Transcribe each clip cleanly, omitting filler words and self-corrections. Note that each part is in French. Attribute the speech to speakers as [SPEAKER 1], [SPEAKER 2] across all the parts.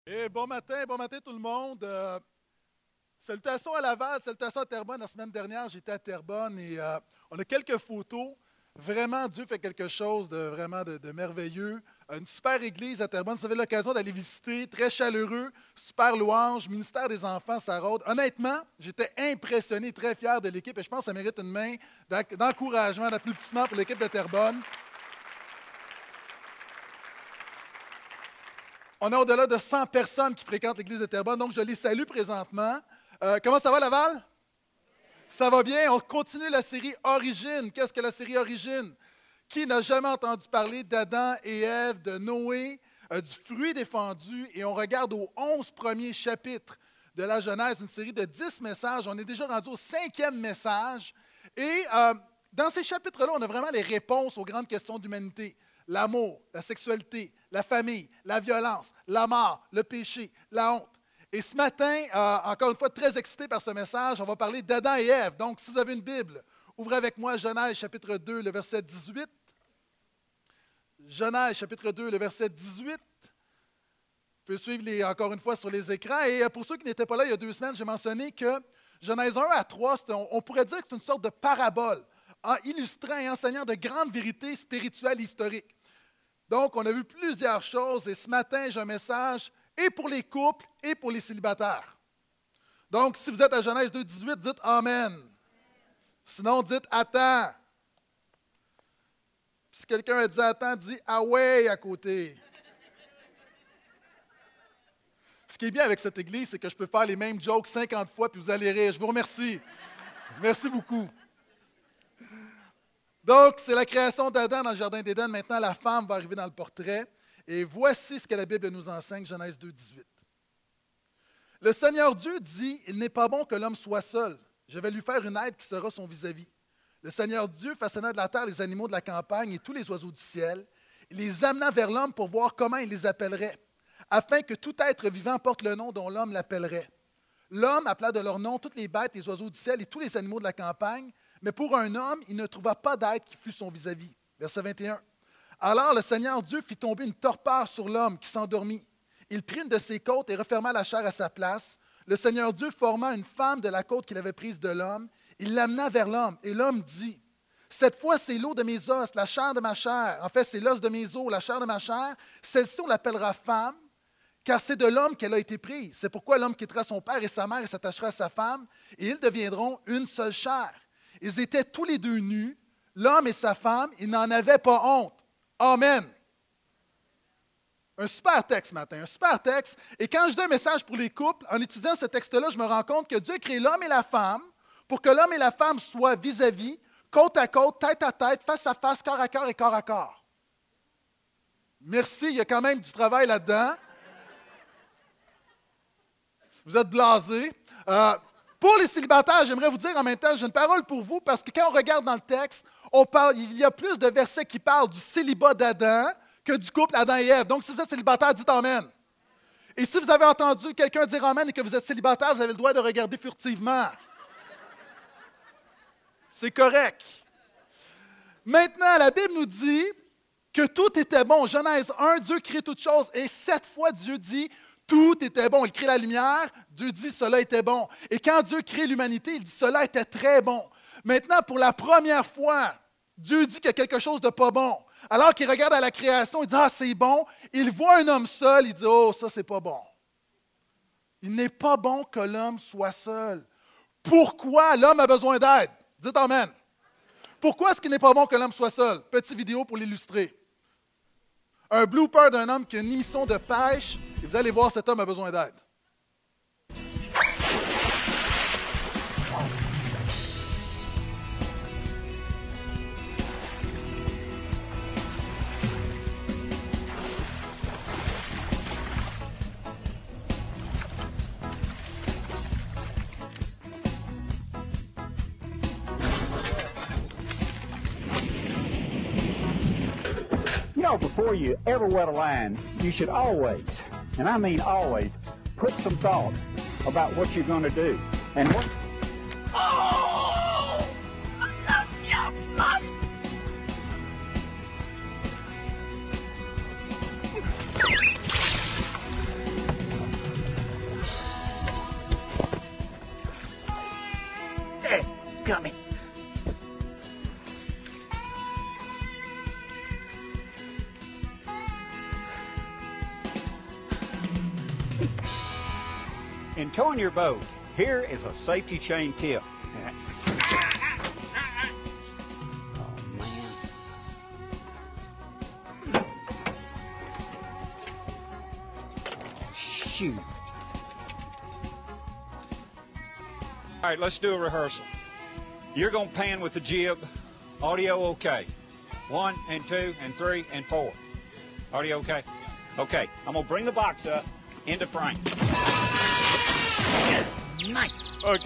[SPEAKER 1] Et bon matin tout le monde. Salutations à Laval, salutations à Terrebonne. La semaine dernière, j'étais à Terrebonne et on a quelques photos. Vraiment, Dieu fait quelque chose de merveilleux. Une super église à Terrebonne. Si vous avez l'occasion d'aller visiter, très chaleureux, super louange, ministère des enfants, ça rôde. Honnêtement, j'étais impressionné, très fier de l'équipe et je pense que ça mérite une main d'encouragement, d'applaudissement pour l'équipe de Terrebonne. On a au-delà de 100 personnes qui fréquentent l'église de Terrebonne, donc je les salue présentement. Comment ça va, Laval? Ça va bien. On continue la série Origine. Qu'est-ce que la série Origine? Qui n'a jamais entendu parler d'Adam et Ève, de Noé, du fruit défendu? Et on regarde aux 11 premiers chapitres de la Genèse, une série de 10 messages. On est déjà rendu au 5e message. Et dans ces chapitres-là, on a vraiment les réponses aux grandes questions d'humanité. L'amour, la sexualité, la famille, la violence, la mort, le péché, la honte. Et ce matin, encore une fois, très excité par ce message, on va parler d'Adam et Ève. Donc, si vous avez une Bible, ouvrez avec moi Genèse chapitre 2, le verset 18. Genèse chapitre 2, le verset 18. Vous pouvez suivre encore une fois sur les écrans. Et pour ceux qui n'étaient pas là il y a 2 semaines, j'ai mentionné que Genèse 1 à 3, on pourrait dire que c'est une sorte de parabole, illustrant et enseignant de grandes vérités spirituelles et historiques. Donc, on a vu plusieurs choses et ce matin, j'ai un message et pour les couples et pour les célibataires. Donc, si vous êtes à Genèse 2, 18, dites Amen. Sinon, dites Attends. Si quelqu'un a dit Attends, dis Ah ouais à côté. Ce qui est bien avec cette église, c'est que je peux faire les mêmes jokes 50 fois puis vous allez rire. Je vous remercie. Merci beaucoup. Donc, c'est la création d'Adam dans le jardin d'Éden. Maintenant, la femme va arriver dans le portrait. Et voici ce que la Bible nous enseigne, Genèse 2, 18. Le Seigneur Dieu dit, « Il n'est pas bon que l'homme soit seul. Je vais lui faire une aide qui sera son vis-à-vis. » Le Seigneur Dieu façonna de la terre les animaux de la campagne et tous les oiseaux du ciel. Il les amena vers l'homme pour voir comment il les appellerait, afin que tout être vivant porte le nom dont l'homme l'appellerait. L'homme appela de leur nom toutes les bêtes, les oiseaux du ciel et tous les animaux de la campagne, mais pour un homme, il ne trouva pas d'aide qui fût son vis-à-vis. Verset 21. Alors le Seigneur Dieu fit tomber une torpeur sur l'homme qui s'endormit. Il prit une de ses côtes et referma la chair à sa place. Le Seigneur Dieu forma une femme de la côte qu'il avait prise de l'homme. Il l'amena vers l'homme et l'homme dit, « Cette fois, c'est l'eau de mes os, la chair de ma chair. En fait, c'est l'os de mes os, la chair de ma chair. Celle-ci, on l'appellera femme, car c'est de l'homme qu'elle a été prise. C'est pourquoi l'homme quittera son père et sa mère et s'attachera à sa femme, et ils deviendront une seule chair. » Ils étaient tous les deux nus, l'homme et sa femme, ils n'en avaient pas honte. Amen. Un super texte ce matin, un super texte. Et quand je dis un message pour les couples, en étudiant ce texte-là, je me rends compte que Dieu a créé l'homme et la femme pour que l'homme et la femme soient vis-à-vis, côte à côte, tête à tête, face à face, corps à corps et corps à corps. Merci, il y a quand même du travail là-dedans. Vous êtes blasés. Pour les célibataires, j'aimerais vous dire en même temps, j'ai une parole pour vous, parce que quand on regarde dans le texte, il y a plus de versets qui parlent du célibat d'Adam que du couple Adam et Ève. Donc, si vous êtes célibataire, dites Amen. Et si vous avez entendu quelqu'un dire Amen et que vous êtes célibataire, vous avez le droit de regarder furtivement. C'est correct. Maintenant, la Bible nous dit que tout était bon. Genèse 1, Dieu crée toutes choses. Et 7 fois, Dieu dit tout était bon. Il crée la lumière, Dieu dit cela était bon. Et quand Dieu crée l'humanité, il dit cela était très bon. Maintenant, pour la première fois, Dieu dit qu'il y a quelque chose de pas bon. Alors qu'il regarde à la création, il dit « Ah, c'est bon ». Il voit un homme seul, il dit « Oh, ça, c'est pas bon ». Il n'est pas bon que l'homme soit seul. Pourquoi l'homme a besoin d'aide? Dites Amen. Pourquoi est-ce qu'il n'est pas bon que l'homme soit seul? Petite vidéo pour l'illustrer. Un blooper d'un homme qui a une émission de pêche, et vous allez voir, cet homme a besoin d'aide.
[SPEAKER 2] You know, before you ever wet a line, you should always, and I mean always, put some thought about what you're going to do. And what... Oh! coming. In towing your boat, here is a safety chain tip. Oh, man. Oh, shoot. All right, let's do a rehearsal. You're going to pan with the jib. Audio okay. 1 and 2 and 3 and 4. Audio okay? Okay, I'm going to bring the box up into frame.
[SPEAKER 1] OK.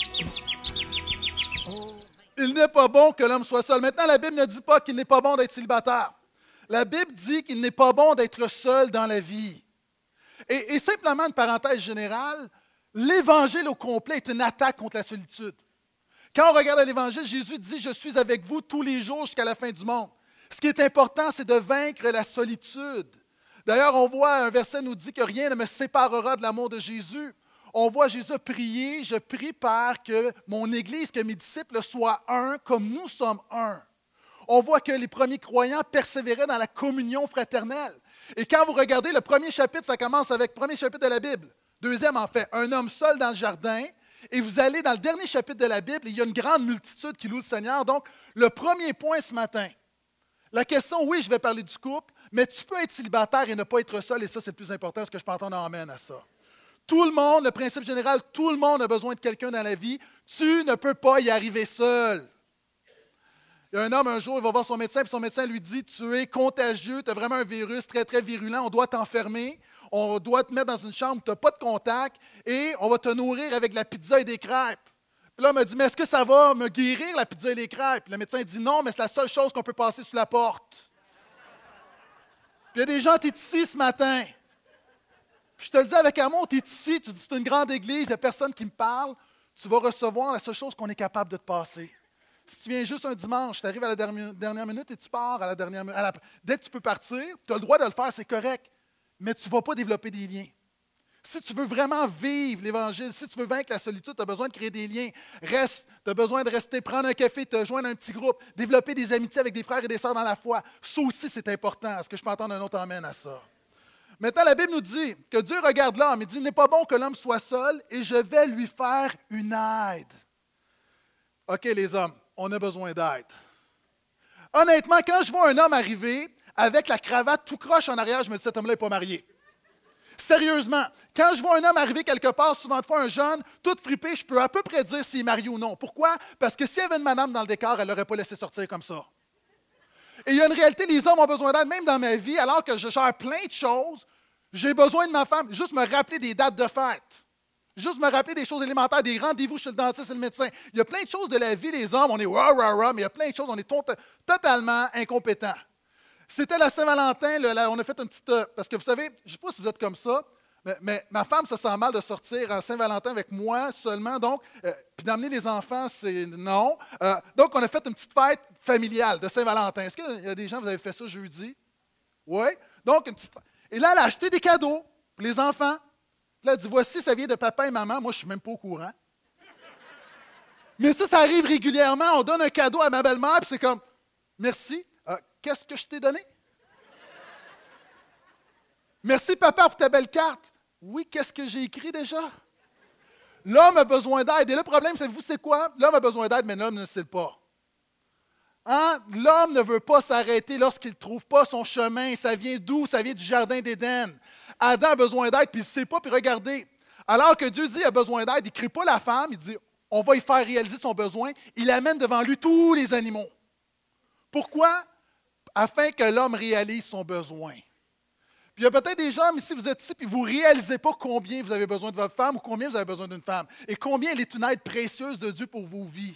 [SPEAKER 1] Il n'est pas bon que l'homme soit seul. Maintenant, la Bible ne dit pas qu'il n'est pas bon d'être célibataire. La Bible dit qu'il n'est pas bon d'être seul dans la vie. Et simplement une parenthèse générale, l'Évangile au complet est une attaque contre la solitude. Quand on regarde l'Évangile, Jésus dit « Je suis avec vous tous les jours jusqu'à la fin du monde ». Ce qui est important, c'est de vaincre la solitude. D'ailleurs, on voit un verset nous dit que rien ne me séparera de l'amour de Jésus. On voit Jésus prier, je prie Père que mon Église, que mes disciples soient un comme nous sommes un. On voit que les premiers croyants persévéraient dans la communion fraternelle. Et quand vous regardez le premier chapitre, ça commence avec le premier chapitre de la Bible. Deuxième, en fait, un homme seul dans le jardin. Et vous allez dans le dernier chapitre de la Bible, et il y a une grande multitude qui loue le Seigneur. Donc, le premier point ce matin, la question, oui, je vais parler du couple, mais tu peux être célibataire et ne pas être seul, et ça, c'est le plus important, parce que je peux entendre un amen à ça. Tout le monde, le principe général, tout le monde a besoin de quelqu'un dans la vie. Tu ne peux pas y arriver seul. Il y a un homme, un jour, il va voir son médecin, puis son médecin lui dit « Tu es contagieux, tu as vraiment un virus très, très virulent, on doit t'enfermer, on doit te mettre dans une chambre où tu n'as pas de contact, et on va te nourrir avec de la pizza et des crêpes. » Puis là, on m'a dit « Mais est-ce que ça va me guérir, la pizza et les crêpes? » Puis le médecin dit « Non, mais c'est la seule chose qu'on peut passer sous la porte. » Puis il y a des gens, tu es ici ce matin. Je te le dis avec amour, tu es ici, tu dis c'est une grande église, il n'y a personne qui me parle, tu vas recevoir la seule chose qu'on est capable de te passer. Si tu viens juste un dimanche, tu arrives à la dernière minute et tu pars à la dernière minute. Dès que tu peux partir, tu as le droit de le faire, c'est correct, mais tu ne vas pas développer des liens. Si tu veux vraiment vivre l'Évangile, si tu veux vaincre la solitude, tu as besoin de créer des liens. Reste, tu as besoin de rester, prendre un café, te joindre à un petit groupe, développer des amitiés avec des frères et des sœurs dans la foi. Ça aussi, c'est important. Est-ce que je peux entendre un autre amen à ça? Maintenant, la Bible nous dit que Dieu regarde l'homme et dit « Il n'est pas bon que l'homme soit seul et je vais lui faire une aide. » OK, les hommes, on a besoin d'aide. Honnêtement, quand je vois un homme arriver avec la cravate tout croche en arrière, je me dis « Cet homme-là n'est pas marié. » Sérieusement, quand je vois un homme arriver quelque part, souvent de fois un jeune, tout fripé, je peux à peu près dire s'il est marié ou non. Pourquoi? Parce que s'il y avait une madame dans le décor, elle ne l'aurait pas laissé sortir comme ça. Et il y a une réalité, les hommes ont besoin d'aide, même dans ma vie, alors que je gère plein de choses, j'ai besoin de ma femme, juste me rappeler des dates de fête, juste me rappeler des choses élémentaires, des rendez-vous chez le dentiste et le médecin. Il y a plein de choses de la vie, les hommes, on est rah, mais il y a plein de choses, on est totalement incompétents. C'était la Saint-Valentin, on a fait une petite... parce que vous savez, je ne sais pas si vous êtes comme ça, mais ma femme se sent mal de sortir en Saint-Valentin avec moi seulement, donc, puis d'amener les enfants, c'est non. Donc, on a fait une petite fête familiale de Saint-Valentin. Est-ce qu'il y a des gens, vous avez fait ça jeudi? Oui. Donc, une petite fête. Et là, elle a acheté des cadeaux pour les enfants. Puis là, elle dit, voici, ça vient de papa et maman. Moi, je ne suis même pas au courant. Mais ça arrive régulièrement. On donne un cadeau à ma belle-mère, puis c'est comme, merci. Qu'est-ce que je t'ai donné? Merci, papa, pour ta belle carte. Oui, qu'est-ce que j'ai écrit déjà? L'homme a besoin d'aide. Et le problème, c'est quoi? L'homme a besoin d'aide, mais l'homme ne sait pas. Hein? L'homme ne veut pas s'arrêter lorsqu'il ne trouve pas son chemin. Ça vient d'où? Ça vient du jardin d'Éden. Adam a besoin d'aide, puis il ne sait pas, puis regardez. Alors que Dieu dit qu'il a besoin d'aide, il ne crée pas la femme, il dit on va y faire réaliser son besoin. Il amène devant lui tous les animaux. Pourquoi? Afin que l'homme réalise son besoin. Puis il y a peut-être des gens, ici, vous êtes ici, puis vous ne réalisez pas combien vous avez besoin de votre femme ou combien vous avez besoin d'une femme. Et combien elle est une aide précieuse de Dieu pour vos vies.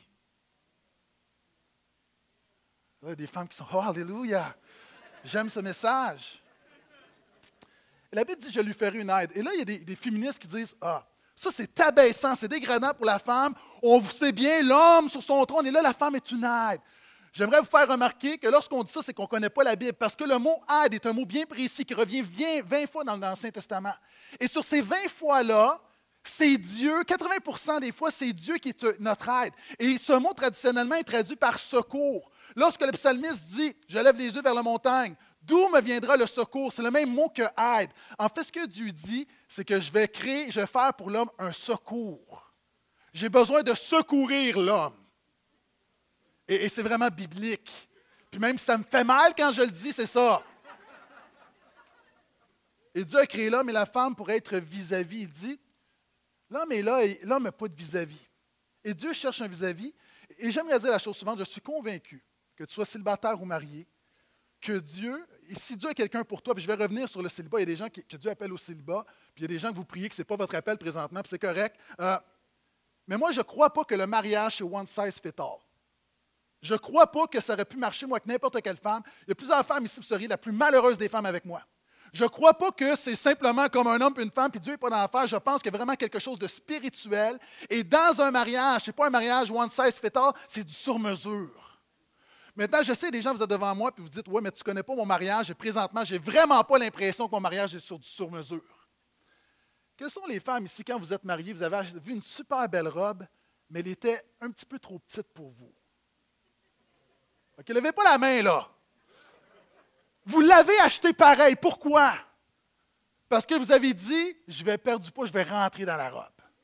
[SPEAKER 1] Il y a des femmes qui sont « Oh, alléluia! J'aime ce message. » La Bible dit « Je lui ferai une aide. » Et là, il y a des féministes qui disent « Ah, ça c'est abaissant, c'est dégradant pour la femme. On sait bien, l'homme sur son trône, et là, la femme est une aide. » J'aimerais vous faire remarquer que lorsqu'on dit ça, c'est qu'on ne connaît pas la Bible, parce que le mot « aide » est un mot bien précis qui revient 20 fois dans l'Ancien Testament. Et sur ces 20 fois-là, c'est Dieu, 80% des fois, c'est Dieu qui est notre aide. Et ce mot, traditionnellement, est traduit par secours. Lorsque le psalmiste dit « Je lève les yeux vers la montagne », d'où me viendra le secours? C'est le même mot que « aide ». En fait, ce que Dieu dit, c'est que je vais faire pour l'homme un secours. J'ai besoin de secourir l'homme. Et c'est vraiment biblique. Puis même si ça me fait mal quand je le dis, c'est ça. Et Dieu a créé l'homme et la femme pour être vis-à-vis. Il dit, l'homme est là et l'homme n'a pas de vis-à-vis. Et Dieu cherche un vis-à-vis. Et j'aimerais dire la chose suivante, je suis convaincu, que tu sois célibataire ou marié, que Dieu, et si Dieu a quelqu'un pour toi, puis je vais revenir sur le célibat, il y a des gens que Dieu appelle au célibat, puis il y a des gens que vous priez que ce n'est pas votre appel présentement, puis c'est correct. Mais moi, je ne crois pas que le mariage, c'est one size fit all. Je ne crois pas que ça aurait pu marcher, moi, avec n'importe quelle femme. Il y a plusieurs femmes ici, vous seriez la plus malheureuse des femmes avec moi. Je ne crois pas que c'est simplement comme un homme et une femme, puis Dieu n'est pas dans l'affaire. Je pense qu'il y a vraiment quelque chose de spirituel. Et dans un mariage, ce n'est pas un mariage one size fit all, c'est du sur-mesure. Maintenant, je sais, des gens, vous êtes devant moi, puis vous dites, « Oui, mais tu ne connais pas mon mariage, et présentement, je n'ai vraiment pas l'impression que mon mariage est sur du sur-mesure. » Quelles sont les femmes ici, quand vous êtes mariés, vous avez vu une super belle robe, mais elle était un petit peu trop petite pour vous? OK, levez pas la main, là. Vous l'avez acheté pareil. Pourquoi? Parce que vous avez dit, je vais perdre du poids, je vais rentrer dans la robe.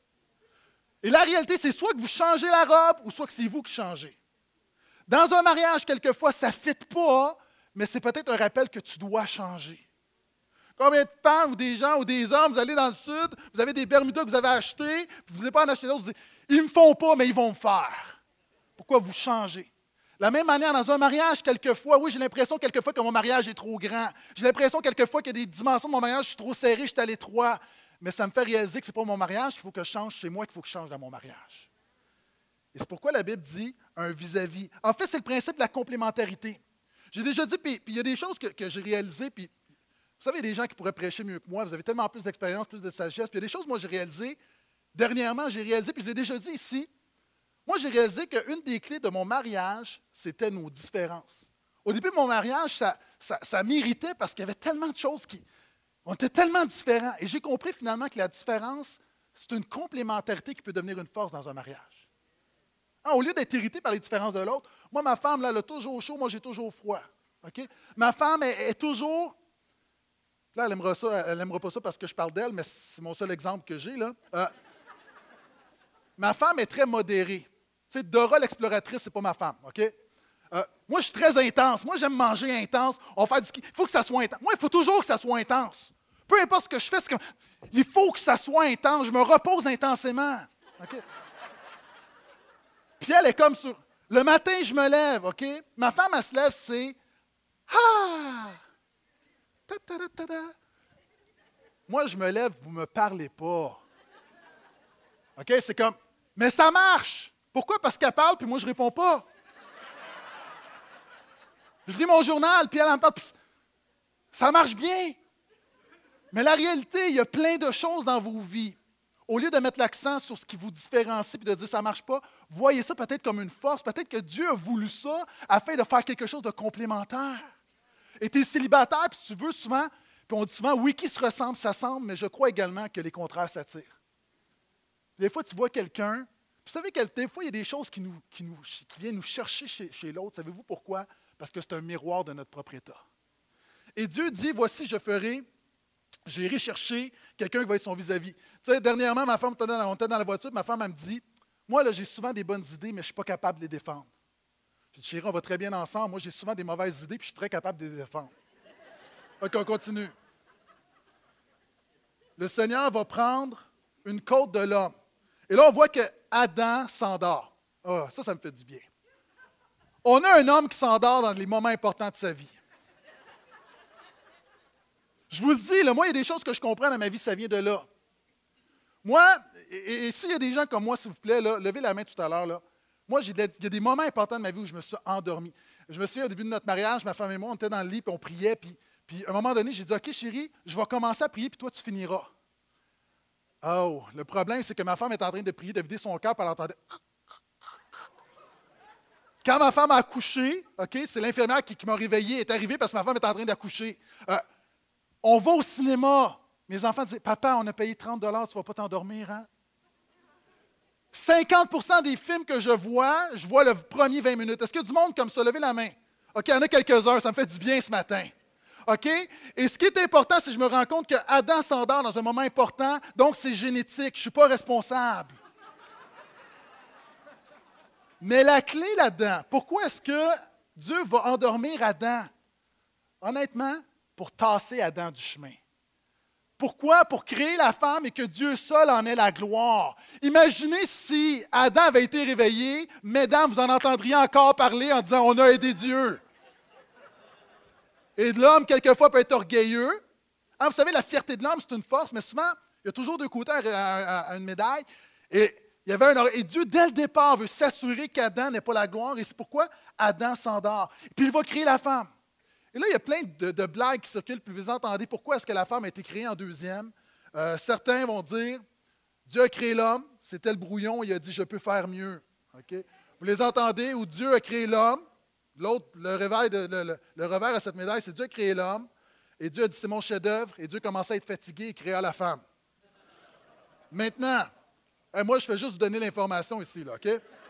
[SPEAKER 1] Et la réalité, c'est soit que vous changez la robe, ou soit que c'est vous qui changez. Dans un mariage, quelquefois, ça ne fit pas, mais c'est peut-être un rappel que tu dois changer. Combien de femmes ou des gens ou des hommes, vous allez dans le sud, vous avez des Bermudas que vous avez achetés, vous ne voulez pas en acheter d'autres, vous dites, ils ne me font pas, mais ils vont me faire. Pourquoi vous changez? De la même manière, dans un mariage, quelquefois, oui, j'ai l'impression quelquefois que mon mariage est trop grand. J'ai l'impression quelquefois qu'il y a des dimensions de mon mariage, je suis trop serré, je suis à l'étroit. Mais ça me fait réaliser que ce n'est pas mon mariage qu'il faut que je change, c'est moi qu'il faut que je change dans mon mariage. Et c'est pourquoi la Bible dit un vis-à-vis. En fait, c'est le principe de la complémentarité. J'ai déjà dit, puis il y a des choses que j'ai réalisées, puis vous savez, il y a des gens qui pourraient prêcher mieux que moi, vous avez tellement plus d'expérience, plus de sagesse, puis il y a des choses, moi, j'ai réalisées. Dernièrement, j'ai réalisé, puis je l'ai déjà dit ici, moi, j'ai réalisé qu'une des clés de mon mariage, c'était nos différences. Au début de mon mariage, ça m'irritait parce qu'il y avait tellement de choses on était tellement différents. Et j'ai compris finalement que la différence, c'est une complémentarité qui peut devenir une force dans un mariage. Au lieu d'être irrité par les différences de l'autre, moi, ma femme, là, elle a toujours chaud, moi, j'ai toujours froid. Okay? Ma femme est toujours... Là, elle n'aimera pas ça parce que je parle d'elle, mais c'est mon seul exemple que j'ai, là. Ma femme est très modérée. Tu sais, Dora l'exploratrice, ce n'est pas ma femme, OK? Moi, je suis très intense. Moi, j'aime manger intense. On fait du ski. Il faut que ça soit intense. Moi, il faut toujours que ça soit intense. Peu importe ce que je fais, il faut que ça soit intense. Je me repose intensément. OK? Puis elle est comme sur... Le matin, je me lève, OK? Ma femme, elle se lève, c'est... Ah! Ta-ta-ta-ta-ta. Moi, je me lève, vous ne me parlez pas. OK? C'est comme... Mais ça marche! Pourquoi? Parce qu'elle parle, puis moi, je ne réponds pas. Je lis mon journal, puis elle en parle, puis ça marche bien. Mais la réalité, il y a plein de choses dans vos vies. Au lieu de mettre l'accent sur ce qui vous différencie, puis de dire ça ne marche pas, voyez ça peut-être comme une force. Peut-être que Dieu a voulu ça afin de faire quelque chose de complémentaire. Et tu es célibataire, puis tu veux souvent, puis on dit souvent, oui, qui se ressemble, ça semble, mais je crois également que les contraires s'attirent. Des fois, tu vois quelqu'un. Vous savez que des fois, il y a des choses qui viennent nous chercher chez l'autre. Savez-vous pourquoi? Parce que c'est un miroir de notre propre état. Et Dieu dit, voici, j'irai chercher quelqu'un qui va être son vis-à-vis. Tu sais, dernièrement, ma femme, on était dans la voiture, ma femme, elle me dit, moi, là, j'ai souvent des bonnes idées, mais je ne suis pas capable de les défendre. J'ai dit, chérie, on va très bien ensemble. Moi, j'ai souvent des mauvaises idées, puis je suis très capable de les défendre. OK, on continue. Le Seigneur va prendre une côte de l'homme. Et là, on voit que Adam s'endort. Oh, ça me fait du bien. On a un homme qui s'endort dans les moments importants de sa vie. Je vous le dis, là, moi, il y a des choses que je comprends dans ma vie, ça vient de là. Moi, et s'il y a des gens comme moi, s'il vous plaît, là, levez la main tout à l'heure. Là. Moi, il y a des moments importants de ma vie où je me suis endormi. Je me souviens, au début de notre mariage, ma femme et moi, on était dans le lit, puis on priait, puis à un moment donné, j'ai dit, OK, chérie, je vais commencer à prier, puis toi, tu finiras. Oh, le problème, c'est que ma femme est en train de prier, de vider son cœur, puis elle entendait... Quand ma femme a accouché, OK, c'est l'infirmière qui m'a réveillé, est arrivée parce que ma femme est en train d'accoucher. On va au cinéma. Mes enfants disaient, papa, on a payé 30 $, tu ne vas pas t'endormir, hein? 50% des films que je vois le premier 20 minutes. Est-ce qu'il y a du monde comme ça? Levez la main. OK, il y en a quelques-uns, ça me fait du bien ce matin. OK? Et ce qui est important, c'est que je me rends compte que Adam s'endort dans un moment important, donc c'est génétique, je ne suis pas responsable. Mais la clé là-dedans, pourquoi est-ce que Dieu va endormir Adam? Honnêtement, pour tasser Adam du chemin. Pourquoi? Pour créer la femme et que Dieu seul en ait la gloire. Imaginez si Adam avait été réveillé, mesdames, vous en entendriez encore parler en disant « on a aidé Dieu ». Et l'homme, quelquefois, peut être orgueilleux. Hein, vous savez, la fierté de l'homme, c'est une force, mais souvent, il y a toujours deux côtés à une médaille. Et Dieu, dès le départ, veut s'assurer qu'Adam n'ait pas la gloire, et c'est pourquoi Adam s'endort. Puis il va créer la femme. Et là, il y a plein de blagues qui circulent, puis vous entendez pourquoi est-ce que la femme a été créée en deuxième. Certains vont dire, Dieu a créé l'homme, c'était le brouillon, il a dit, je peux faire mieux. Okay? Vous les entendez, où Dieu a créé l'homme, l'autre, le revers à cette médaille, c'est Dieu a créé l'homme, et Dieu a dit, c'est mon chef-d'œuvre, et Dieu commençait à être fatigué et créa la femme. Maintenant, moi, je fais juste vous donner l'information ici, là, OK?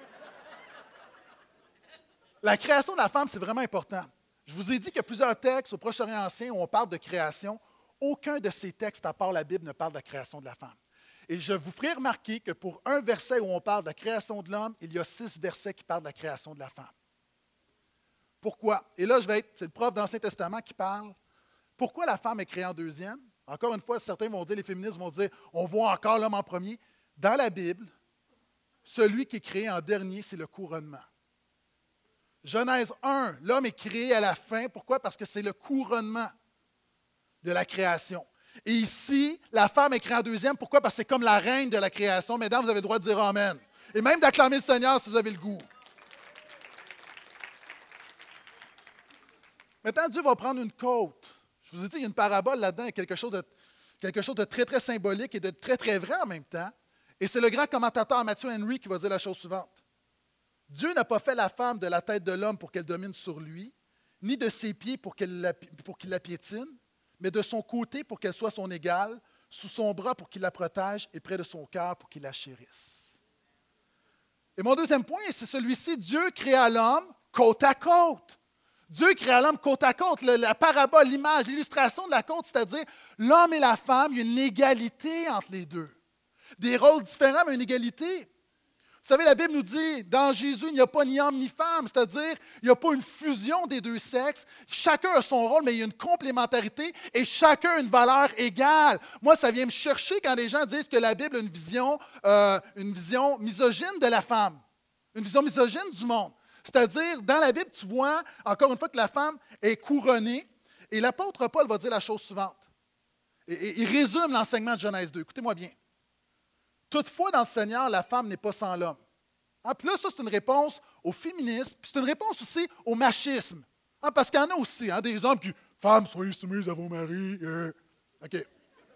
[SPEAKER 1] La création de la femme, c'est vraiment important. Je vous ai dit qu'il y a plusieurs textes au Proche-Orient ancien où on parle de création. Aucun de ces textes, à part la Bible, ne parle de la création de la femme. Et je vous ferai remarquer que pour un verset où on parle de la création de l'homme, il y a 6 versets qui parlent de la création de la femme. Pourquoi? Et là, c'est le prof d'Ancien Testament qui parle. Pourquoi la femme est créée en deuxième? Encore une fois, certains vont dire, les féministes vont dire, on voit encore l'homme en premier. Dans la Bible, celui qui est créé en dernier, c'est le couronnement. Genèse 1, l'homme est créé à la fin. Pourquoi? Parce que c'est le couronnement de la création. Et ici, la femme est créée en deuxième. Pourquoi? Parce que c'est comme la reine de la création. Mesdames, vous avez le droit de dire Amen. Et même d'acclamer le Seigneur si vous avez le goût. Maintenant, Dieu va prendre une côte. Je vous ai dit, il y a une parabole là-dedans, il y a quelque chose de très, très symbolique et de très, très vrai en même temps. Et c'est le grand commentateur Matthew Henry qui va dire la chose suivante. Dieu n'a pas fait la femme de la tête de l'homme pour qu'elle domine sur lui, ni de ses pieds pour qu'il la piétine, mais de son côté pour qu'elle soit son égale, sous son bras pour qu'il la protège et près de son cœur pour qu'il la chérisse. Et mon deuxième point, c'est celui-ci. Dieu créa l'homme côte à côte. Dieu créa l'homme côte à côte. La parabole, l'image, l'illustration de la côte, c'est-à-dire l'homme et la femme, il y a une égalité entre les deux. Des rôles différents, mais une égalité. Vous savez, la Bible nous dit, dans Jésus, il n'y a pas ni homme ni femme, c'est-à-dire, il n'y a pas une fusion des deux sexes. Chacun a son rôle, mais il y a une complémentarité et chacun a une valeur égale. Moi, ça vient me chercher quand les gens disent que la Bible a une vision misogyne de la femme, une vision misogyne du monde. C'est-à-dire, dans la Bible, tu vois, encore une fois, que la femme est couronnée. Et l'apôtre Paul va dire la chose suivante. Et il résume l'enseignement de Genèse 2. Écoutez-moi bien. Toutefois, dans le Seigneur, la femme n'est pas sans l'homme. Hein, puis là, ça, c'est une réponse au féminisme, puis c'est une réponse aussi au machisme. Hein, parce qu'il y en a aussi, hein, des hommes qui « Femmes, soyez soumises à vos maris. OK.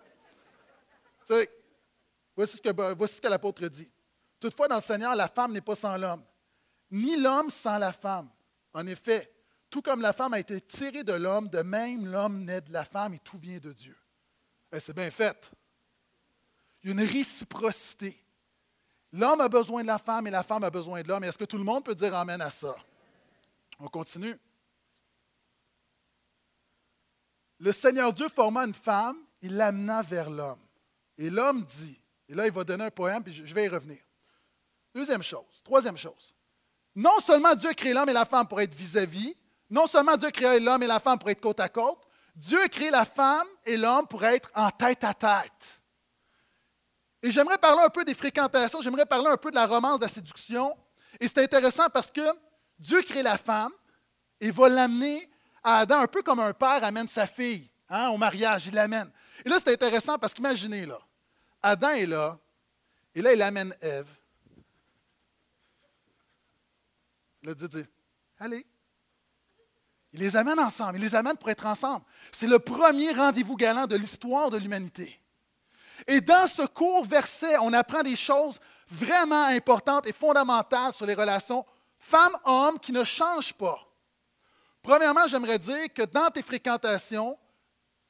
[SPEAKER 1] Voici ce que l'apôtre dit. Toutefois, dans le Seigneur, la femme n'est pas sans l'homme, ni l'homme sans la femme. En effet, tout comme la femme a été tirée de l'homme, de même l'homme naît de la femme et tout vient de Dieu. C'est bien fait. Il y a une réciprocité. L'homme a besoin de la femme et la femme a besoin de l'homme. Est-ce que tout le monde peut dire Amen à ça? On continue. Le Seigneur Dieu forma une femme, il l'amena vers l'homme. Et l'homme dit, et là il va donner un poème, puis je vais y revenir. Deuxième chose, troisième chose. Non seulement Dieu a créé l'homme et la femme pour être vis-à-vis, non seulement Dieu a créé l'homme et la femme pour être côte à côte, Dieu a créé la femme et l'homme pour être en tête à tête. Et j'aimerais parler un peu des fréquentations, j'aimerais parler un peu de la romance, de la séduction. Et c'est intéressant parce que Dieu crée la femme et va l'amener à Adam, un peu comme un père amène sa fille au mariage, il l'amène. Et là, c'est intéressant parce qu'imaginez, là, Adam est là, et là, il amène Ève. Là, Dieu dit, allez. Il les amène ensemble, il les amène pour être ensemble. C'est le premier rendez-vous galant de l'histoire de l'humanité. Et dans ce court verset, on apprend des choses vraiment importantes et fondamentales sur les relations femmes-hommes qui ne changent pas. Premièrement, j'aimerais dire que dans tes fréquentations,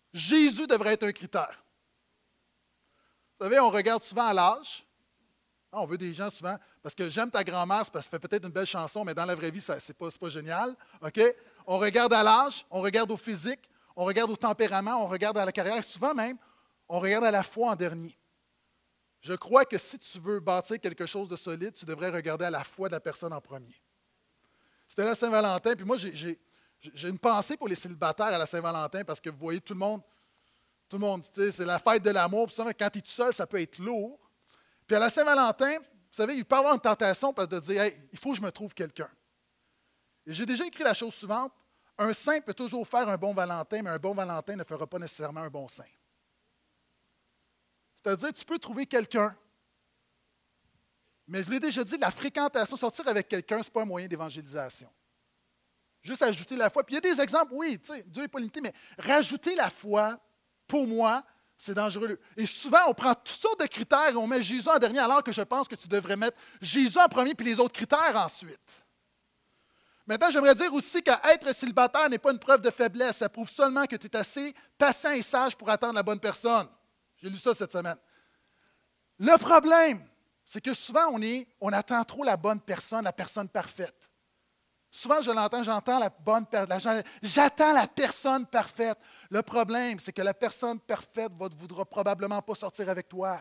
[SPEAKER 1] Jésus devrait être un critère. Vous savez, on regarde souvent à l'âge. On veut des gens souvent, parce que j'aime ta grand-mère, c'est parce que ça fait peut-être une belle chanson, mais dans la vraie vie, ce n'est pas génial. OK? On regarde à l'âge, on regarde au physique, on regarde au tempérament, on regarde à la carrière. Souvent même, on regarde à la foi en dernier. Je crois que si tu veux bâtir quelque chose de solide, tu devrais regarder à la foi de la personne en premier. C'était la Saint-Valentin, puis moi, j'ai une pensée pour les célibataires à la Saint-Valentin, parce que vous voyez, tout le monde, c'est la fête de l'amour. Quand tu es tout seul, ça peut être lourd. Puis à la Saint-Valentin, vous savez, il peut y avoir une tentation de dire, hey, il faut que je me trouve quelqu'un. Et j'ai déjà écrit la chose suivante, un saint peut toujours faire un bon Valentin, mais un bon Valentin ne fera pas nécessairement un bon saint. C'est-à-dire, tu peux trouver quelqu'un, mais je l'ai déjà dit, la fréquentation, sortir avec quelqu'un, ce n'est pas un moyen d'évangélisation. Juste ajouter la foi. Puis il y a des exemples, oui, Dieu n'est pas limité, mais rajouter la foi, pour moi, c'est dangereux. Et souvent, on prend toutes sortes de critères et on met Jésus en dernier, alors que je pense que tu devrais mettre Jésus en premier puis les autres critères ensuite. Maintenant, j'aimerais dire aussi qu'être célibataire n'est pas une preuve de faiblesse. Ça prouve seulement que tu es assez patient et sage pour attendre la bonne personne. J'ai lu ça cette semaine. Le problème, c'est que souvent, on attend trop la bonne personne, la personne parfaite. Souvent, j'entends la bonne personne. J'attends la personne parfaite. Le problème, c'est que la personne parfaite ne voudra probablement pas sortir avec toi.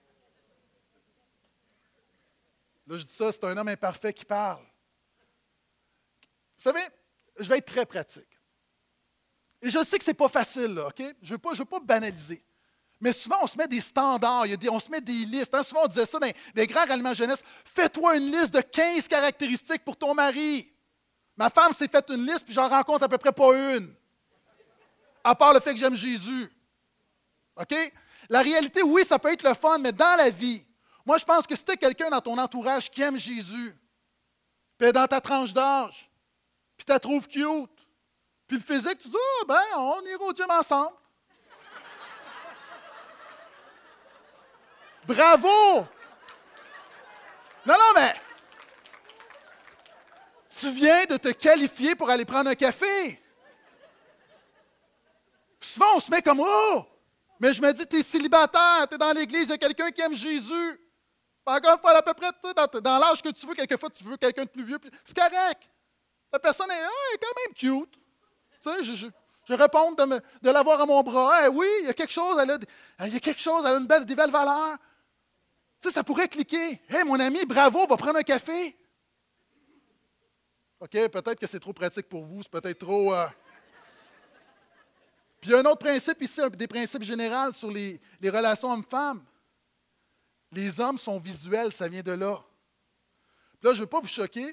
[SPEAKER 1] Là, je dis ça, c'est un homme imparfait qui parle. Vous savez, je vais être très pratique. Et je sais que ce n'est pas facile, là, OK? Je ne veux pas banaliser. Mais souvent, on se met des standards, on se met des listes. Hein? Souvent, on disait ça dans des grands ralliements jeunesse. Fais-toi une liste de 15 caractéristiques pour ton mari. Ma femme s'est faite une liste, puis j'en rencontre à peu près pas une. À part le fait que j'aime Jésus. OK? La réalité, oui, ça peut être le fun, mais dans la vie, moi, je pense que si tu as quelqu'un dans ton entourage qui aime Jésus, puis dans ta tranche d'âge, puis tu la trouves cute, puis le physique, tu dis, ah, ben, on ira au gym ensemble. Bravo! Non, mais tu viens de te qualifier pour aller prendre un café. Souvent, on se met comme, oh! Mais je me dis, tu es célibataire, tu es dans l'église, il y a quelqu'un qui aime Jésus. Encore une fois, à peu près, dans l'âge que tu veux, quelquefois, tu veux quelqu'un de plus vieux. C'est correct. La personne est quand même cute. Tu sais, je réponds de l'avoir à mon bras. Oui, il y a quelque chose, elle a des belles valeurs. Tu sais, ça pourrait cliquer. Hey, mon ami, bravo, va prendre un café. OK, peut-être que c'est trop pratique pour vous, c'est peut-être trop. Puis il y a un autre principe ici, des principes généraux sur les relations hommes-femmes. Les hommes sont visuels, ça vient de là. Puis là, je ne veux pas vous choquer.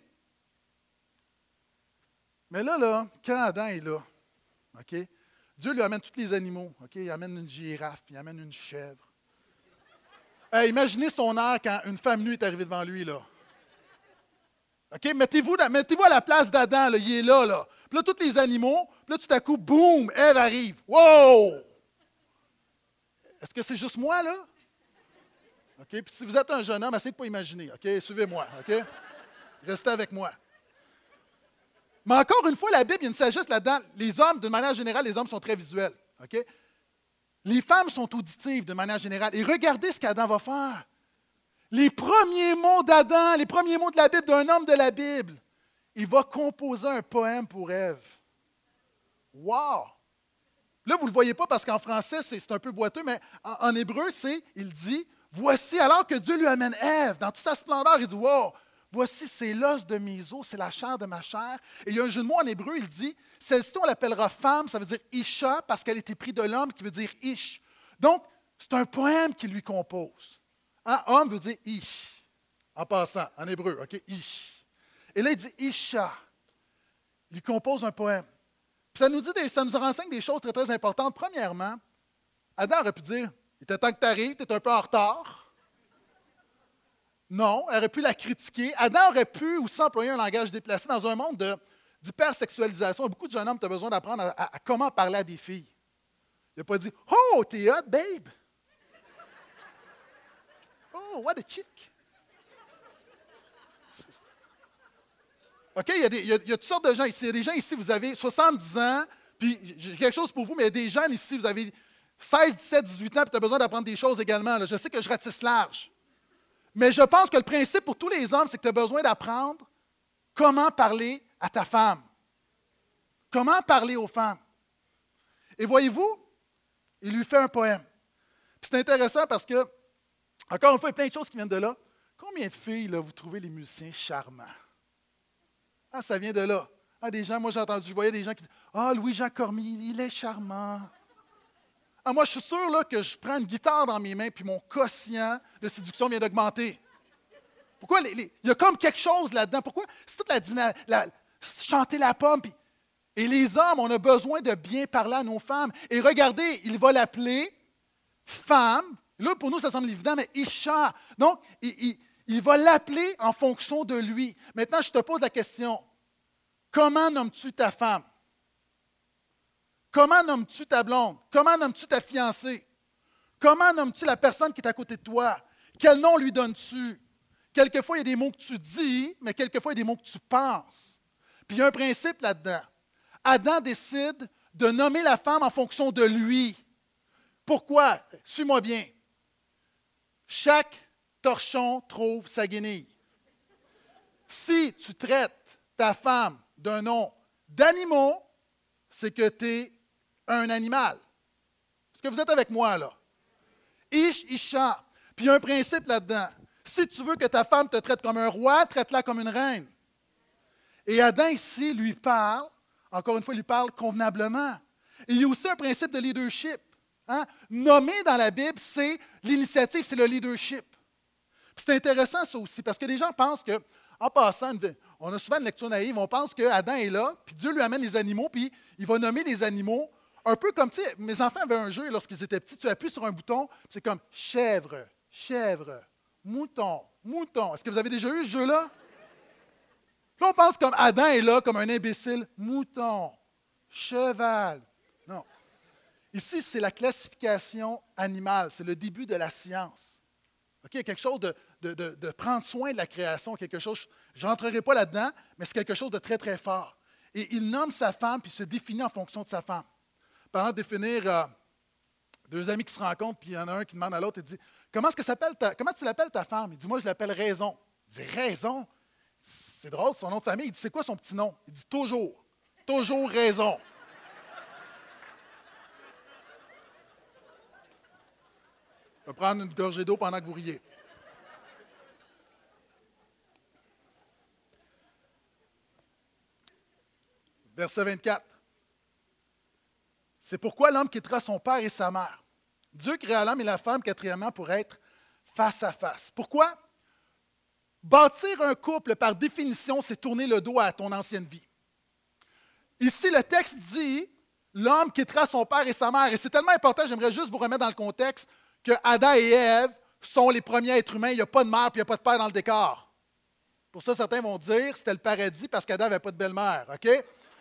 [SPEAKER 1] Mais là, quand Adam est là, OK, Dieu lui amène tous les animaux. OK, il amène une girafe, il amène une chèvre. Hey, imaginez son air quand une femme nue est arrivée devant lui, là. OK, mettez-vous à la place d'Adam, là, il est là, là. Puis là, tous les animaux, puis là, tout à coup, boum, Ève arrive. Wow! Est-ce que c'est juste moi, là? OK, puis si vous êtes un jeune homme, essayez de ne pas imaginer. OK, suivez-moi, OK? Restez avec moi. Mais encore une fois, la Bible, il y a une sagesse là-dedans. Les hommes, de manière générale, les hommes sont très visuels. OK? Les femmes sont auditives de manière générale. Et regardez ce qu'Adam va faire. Les premiers mots d'Adam, les premiers mots de la Bible, d'un homme de la Bible, il va composer un poème pour Ève. Wow! Là, vous ne le voyez pas parce qu'en français, c'est un peu boiteux, mais en hébreu, il dit, voici, alors que Dieu lui amène Ève, dans toute sa splendeur, il dit, wow! Voici, c'est l'os de mes os, c'est la chair de ma chair. Et il y a un jeu de mots en hébreu, il dit, celle-ci, on l'appellera femme, ça veut dire Isha, parce qu'elle a été prise de l'homme, qui veut dire Ish. Donc, c'est un poème qu'il lui compose. Hein? Homme veut dire Ish, en passant, en hébreu, OK, Ish. Et là, il dit Isha. Il lui compose un poème. Puis ça nous renseigne des choses très, très importantes. Premièrement, Adam aurait pu dire, il était temps que tu arrives, tu es un peu en retard. Non, elle aurait pu la critiquer. Adam aurait pu aussi employer un langage déplacé dans un monde d'hypersexualisation. Beaucoup de jeunes hommes ont besoin d'apprendre à comment parler à des filles. Il n'a pas dit « Oh, t'es hot, babe! » « Oh, what a chick! » OK, il y a toutes sortes de gens ici. Il y a des gens ici, vous avez 70 ans, puis j'ai quelque chose pour vous, mais il y a des jeunes ici, vous avez 16, 17, 18 ans, puis tu as besoin d'apprendre des choses également. Là. Je sais que je ratisse large. Mais je pense que le principe pour tous les hommes, c'est que tu as besoin d'apprendre comment parler à ta femme. Comment parler aux femmes. Et voyez-vous, il lui fait un poème. Puis c'est intéressant parce que, encore une fois, il y a plein de choses qui viennent de là. Combien de filles, là, vous trouvez les musiciens charmants? Ah, ça vient de là. Ah, des gens, moi j'ai entendu, je voyais des gens qui disent ah, Louis-Jean Cormier, il est charmant. Ah, moi, je suis sûr là, que je prends une guitare dans mes mains puis mon quotient de séduction vient d'augmenter. Pourquoi? Il y a comme quelque chose là-dedans. Pourquoi? C'est toute chanter la pomme. Et les hommes, on a besoin de bien parler à nos femmes. Et regardez, il va l'appeler femme. Là, pour nous, ça semble évident, mais Isha. Donc, il va l'appeler en fonction de lui. Maintenant, je te pose la question. Comment nommes-tu ta femme? Comment nommes-tu ta blonde? Comment nommes-tu ta fiancée? Comment nommes-tu la personne qui est à côté de toi? Quel nom lui donnes-tu? Quelquefois, il y a des mots que tu dis, mais quelquefois, il y a des mots que tu penses. Puis il y a un principe là-dedans. Adam décide de nommer la femme en fonction de lui. Pourquoi? Suis-moi bien. Chaque torchon trouve sa guenille. Si tu traites ta femme d'un nom d'animaux, c'est que tu es un animal. Est-ce que vous êtes avec moi, là? Isha. Puis il y a un principe là-dedans. Si tu veux que ta femme te traite comme un roi, traite-la comme une reine. Et Adam, ici, lui parle, encore une fois, il lui parle convenablement. Et il y a aussi un principe de leadership. Hein? Nommer dans la Bible, c'est l'initiative, c'est le leadership. Puis c'est intéressant ça aussi, parce que les gens pensent que, en passant, on a souvent une lecture naïve, on pense qu'Adam est là, puis Dieu lui amène les animaux, puis il va nommer les animaux, un peu comme, tu sais, mes enfants avaient un jeu lorsqu'ils étaient petits, tu appuies sur un bouton, c'est comme chèvre, chèvre, mouton, mouton. Est-ce que vous avez déjà eu ce jeu-là? Là, on pense comme Adam est là, comme un imbécile, mouton, cheval. Non. Ici, c'est la classification animale, c'est le début de la science. OK? Il y a quelque chose de prendre soin de la création, quelque chose, je n'entrerai pas là-dedans, mais c'est quelque chose de très, très fort. Et il nomme sa femme, puis se définit en fonction de sa femme. Pendant de définir deux amis qui se rencontrent, puis il y en a un qui demande à l'autre, il dit, comment tu l'appelles ta femme? Il dit, moi, je l'appelle Raison. Il dit, Raison? C'est drôle, son nom de famille. Il dit, c'est quoi son petit nom? Il dit, Toujours. Toujours Raison. Je vais prendre une gorgée d'eau pendant que vous riez. Verset 24. C'est pourquoi l'homme quittera son père et sa mère. Dieu créa l'homme et la femme, quatrièmement, pour être face à face. Pourquoi? Bâtir un couple, par définition, c'est tourner le dos à ton ancienne vie. Ici, le texte dit, l'homme quittera son père et sa mère. Et c'est tellement important, j'aimerais juste vous remettre dans le contexte que Adam et Ève sont les premiers êtres humains. Il n'y a pas de mère et il n'y a pas de père dans le décor. Pour ça, certains vont dire que c'était le paradis parce qu'Adam n'avait pas de belle-mère. OK?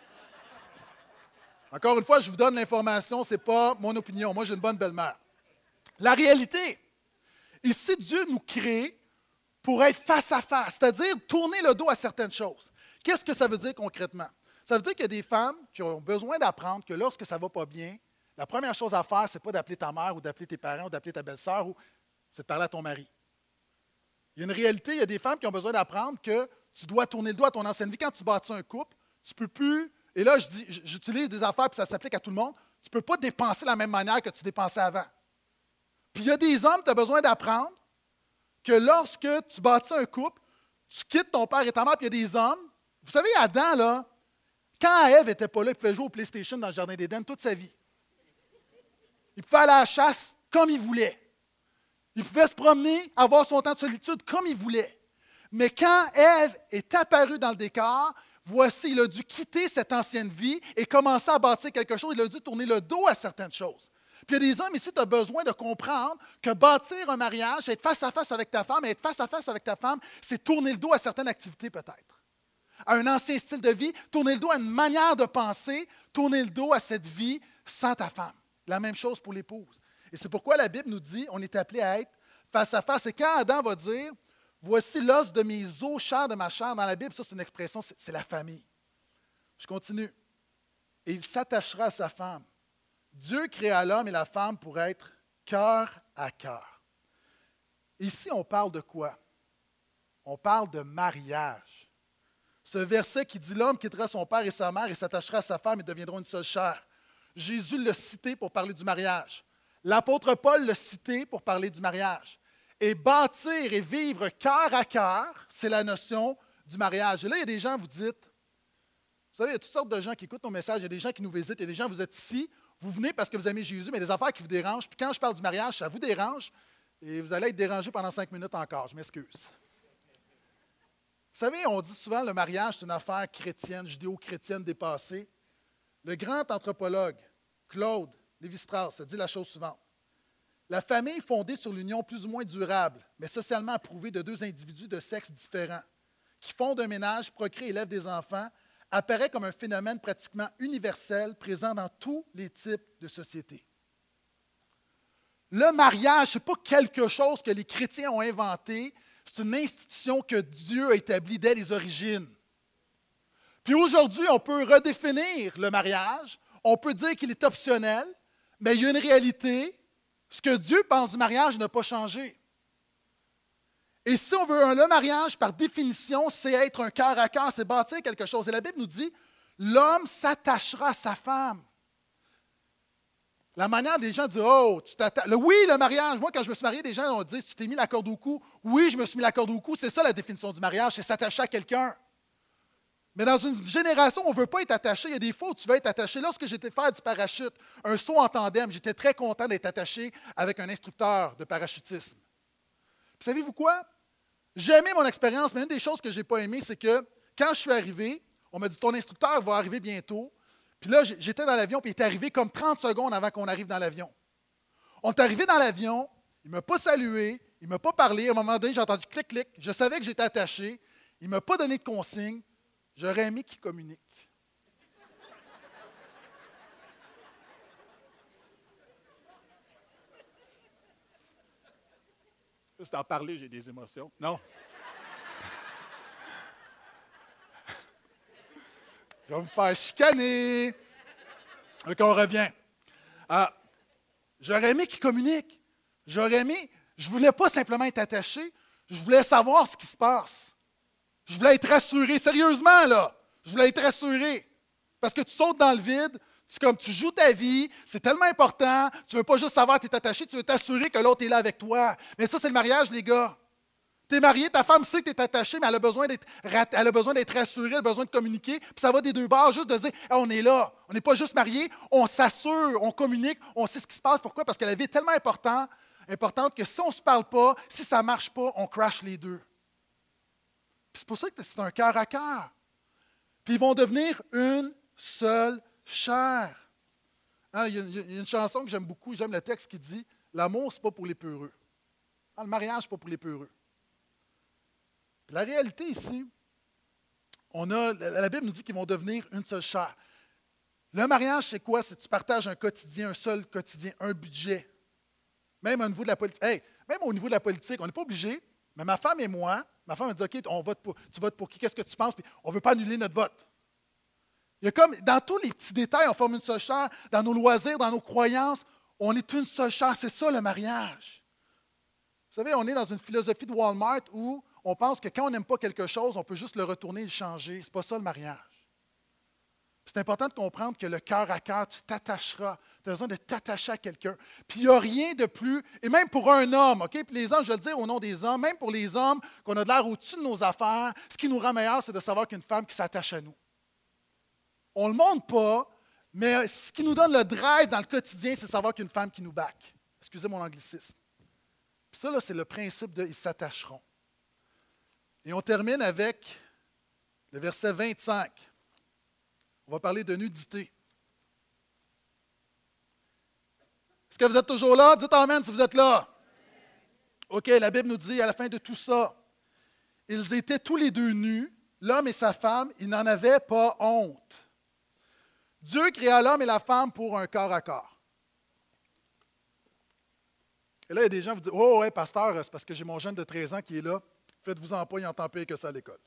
[SPEAKER 1] Encore une fois, je vous donne l'information, ce n'est pas mon opinion. Moi, j'ai une bonne belle-mère. La réalité, ici, Dieu nous crée pour être face à face, c'est-à-dire tourner le dos à certaines choses. Qu'est-ce que ça veut dire concrètement? Ça veut dire qu'il y a des femmes qui ont besoin d'apprendre que lorsque ça ne va pas bien, la première chose à faire, ce n'est pas d'appeler ta mère ou d'appeler tes parents ou d'appeler ta belle-sœur, c'est de parler à ton mari. Il y a une réalité, il y a des femmes qui ont besoin d'apprendre que tu dois tourner le dos à ton ancienne vie. Quand tu bâtis un couple, tu ne peux plus, et là j'utilise des affaires puis ça s'applique à tout le monde, tu ne peux pas dépenser de la même manière que tu dépensais avant. Puis il y a des hommes, tu as besoin d'apprendre que lorsque tu bâtis un couple, tu quittes ton père et ta mère, puis il y a des hommes. Vous savez, Adam, là, quand Ève n'était pas là, il pouvait jouer au PlayStation dans le Jardin d'Éden toute sa vie. Il pouvait aller à la chasse comme il voulait. Il pouvait se promener, avoir son temps de solitude comme il voulait. Mais quand Ève est apparue dans le décor, voici, il a dû quitter cette ancienne vie et commencer à bâtir quelque chose. Il a dû tourner le dos à certaines choses. Puis il y a des hommes ici, tu as besoin de comprendre que bâtir un mariage, être face à face avec ta femme, être face à face avec ta femme, c'est tourner le dos à certaines activités peut-être. À un ancien style de vie, tourner le dos à une manière de penser, tourner le dos à cette vie sans ta femme. La même chose pour l'épouse. Et c'est pourquoi la Bible nous dit, on est appelé à être face à face. Et quand Adam va dire, voici l'os de mes os, chair de ma chair, dans la Bible, ça c'est une expression, c'est la famille. Je continue. Et il s'attachera à sa femme. Dieu créa l'homme et la femme pour être cœur à cœur. Ici, on parle de quoi? On parle de mariage. Ce verset qui dit « L'homme quittera son père et sa mère et s'attachera à sa femme et deviendront une seule chair ». Jésus l'a cité pour parler du mariage. L'apôtre Paul l'a cité pour parler du mariage. Et bâtir et vivre cœur à cœur, c'est la notion du mariage. Et là, il y a des gens, vous dites, vous savez, il y a toutes sortes de gens qui écoutent nos messages, il y a des gens qui nous visitent, il y a des gens, vous êtes ici, vous venez parce que vous aimez Jésus, mais il y a des affaires qui vous dérangent. Puis quand je parle du mariage, ça vous dérange, et vous allez être dérangé pendant 5 minutes encore, je m'excuse. Vous savez, on dit souvent que le mariage, c'est une affaire chrétienne, judéo-chrétienne dépassée. Le grand anthropologue Claude Lévi-Strauss a dit la chose suivante. La famille fondée sur l'union plus ou moins durable, mais socialement approuvée de deux individus de sexe différents, qui fondent un ménage, procréent et élèvent des enfants, apparaît comme un phénomène pratiquement universel présent dans tous les types de sociétés. Le mariage, ce n'est pas quelque chose que les chrétiens ont inventé, c'est une institution que Dieu a établie dès les origines. Puis aujourd'hui, on peut redéfinir le mariage, on peut dire qu'il est optionnel, mais il y a une réalité, ce que Dieu pense du mariage n'a pas changé. Et si on veut le mariage, par définition, c'est être un cœur à cœur, c'est bâtir quelque chose. Et la Bible nous dit, l'homme s'attachera à sa femme. La manière des gens disent, oh, tu t'attaches. Oui, le mariage. Moi, quand je me suis marié, des gens ont dit, tu t'es mis la corde au cou. Oui, je me suis mis la corde au cou. C'est ça la définition du mariage, c'est s'attacher à quelqu'un. Mais dans une génération, on ne veut pas être attaché. Il y a des fois où tu veux être attaché. Lorsque j'étais faire du parachute, un saut en tandem, j'étais très content d'être attaché avec un instructeur de parachutisme. Puis, savez-vous quoi? J'ai aimé mon expérience, mais une des choses que je n'ai pas aimé, c'est que quand je suis arrivé, on m'a dit, ton instructeur va arriver bientôt. Puis là, j'étais dans l'avion, puis il est arrivé comme 30 secondes avant qu'on arrive dans l'avion. On est arrivé dans l'avion, il ne m'a pas salué, il ne m'a pas parlé. À un moment donné, j'ai entendu clic-clic. Je savais que j'étais attaché. Il ne m'a pas donné de consigne. J'aurais aimé qu'il communique. Juste en parler, j'ai des émotions. Non. Je vais me faire chicaner. Donc, on revient. J'aurais aimé qu'il communique. J'aurais aimé. Je ne voulais pas simplement être attaché. Je voulais savoir ce qui se passe. Je voulais être rassuré. Sérieusement, là. Je voulais être rassuré. Parce que tu sautes dans le vide. Tu joues ta vie. C'est tellement important. Tu ne veux pas juste savoir que tu es attaché. Tu veux t'assurer que l'autre est là avec toi. Mais ça, c'est le mariage, les gars. Tu es marié, ta femme sait que tu es attaché, mais elle a besoin d'être rassurée, elle a besoin de communiquer. Puis ça va des deux bords, juste de dire hey, on est là. On n'est pas juste mariés, on s'assure, on communique, on sait ce qui se passe. Pourquoi? Parce que la vie est tellement importante que si on ne se parle pas, si ça ne marche pas, on crash les deux. Puis c'est pour ça que c'est un cœur à cœur. Puis ils vont devenir une seule chair. Hein, il y a une chanson que j'aime beaucoup, j'aime le texte qui dit l'amour, ce n'est pas pour les peureux. Hein, le mariage, ce n'est pas pour les peureux. La réalité ici, la Bible nous dit qu'ils vont devenir une seule chair. Le mariage, c'est quoi? C'est que tu partages un quotidien, un seul quotidien, un budget. Même au niveau de la politique. Hey, même au niveau de la politique, on n'est pas obligé, mais ma femme et moi, ma femme a dit OK, tu votes pour qui? Qu'est-ce que tu penses? Puis on ne veut pas annuler notre vote. Il y a comme, dans tous les petits détails, on forme une seule chair. Dans nos loisirs, dans nos croyances, on est une seule chair. C'est ça le mariage. Vous savez, on est dans une philosophie de Walmart où on pense que quand on n'aime pas quelque chose, on peut juste le retourner et le changer. Ce n'est pas ça le mariage. C'est important de comprendre que le cœur à cœur, tu t'attacheras. Tu as besoin de t'attacher à quelqu'un. Puis il n'y a rien de plus, et même pour un homme, OK? Puis les hommes, je vais le dire au nom des hommes, même pour les hommes, qu'on a de l'air au-dessus de nos affaires, ce qui nous rend meilleur, c'est de savoir qu'une femme qui s'attache à nous. On ne le montre pas, mais ce qui nous donne le drive dans le quotidien, c'est de savoir qu'une femme qui nous back. Excusez mon anglicisme. Puis ça, là, c'est le principe de « ils s'attacheront ». Et on termine avec le verset 25. On va parler de nudité. Est-ce que vous êtes toujours là? Dites Amen si vous êtes là. OK, la Bible nous dit à la fin de tout ça, ils étaient tous les deux nus, l'homme et sa femme, ils n'en avaient pas honte. Dieu créa l'homme et la femme pour un corps à corps. Et là, il y a des gens qui vous disent oh, ouais, pasteur, c'est parce que j'ai mon jeune de 13 ans qui est là. Faites-vous-en pas, il entend pire que ça à l'école.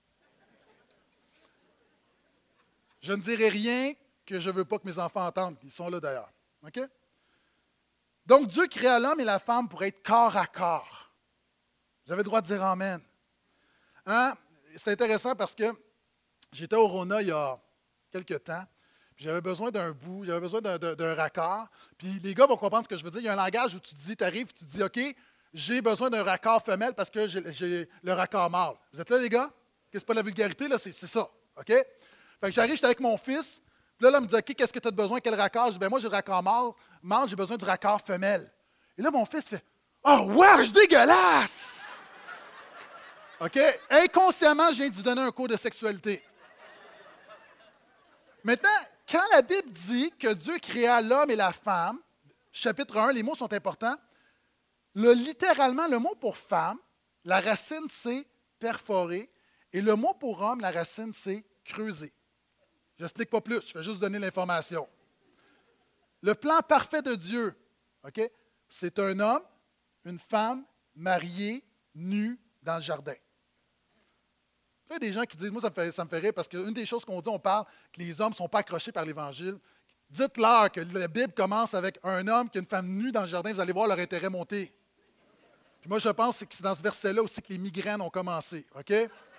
[SPEAKER 1] Je ne dirai rien que je ne veux pas que mes enfants entendent. Ils sont là d'ailleurs. OK? Donc, Dieu créa l'homme et la femme pour être corps à corps. Vous avez le droit de dire Amen. Hein? C'est intéressant parce que j'étais au Rona il y a quelques temps. J'avais besoin d'un bout, j'avais besoin d'un raccord. Puis les gars vont comprendre ce que je veux dire. Il y a un langage où tu dis, tu arrives, tu dis, OK, j'ai besoin d'un raccord femelle parce que j'ai le raccord mâle. Vous êtes là, les gars? C'est pas de la vulgarité, là, c'est ça. OK? Fait que j'arrive, j'étais avec mon fils. Puis là, il me dit, OK, qu'est-ce que tu as besoin? Quel raccord? Je dis, ben moi, j'ai le raccord mâle, j'ai besoin du raccord femelle. Et là, mon fils fait, oh, wesh, dégueulasse! OK? Inconsciemment, je viens de lui donner un cours de sexualité. Maintenant, quand la Bible dit que Dieu créa l'homme et la femme, chapitre 1, les mots sont importants. Littéralement, le mot pour femme, la racine, c'est perforer. Et le mot pour homme, la racine, c'est creuser. Je n'explique pas plus, je vais juste donner l'information. Le plan parfait de Dieu, OK, c'est un homme, une femme, mariés, nus, dans le jardin. Il y a des gens qui disent, moi, ça me fait rire, parce qu'une des choses qu'on dit, on parle que les hommes ne sont pas accrochés par l'Évangile. Dites-leur que la Bible commence avec un homme qui a une femme nue dans le jardin, vous allez voir leur intérêt monter. Puis moi, je pense que c'est dans ce verset-là aussi que les migraines ont commencé, OK?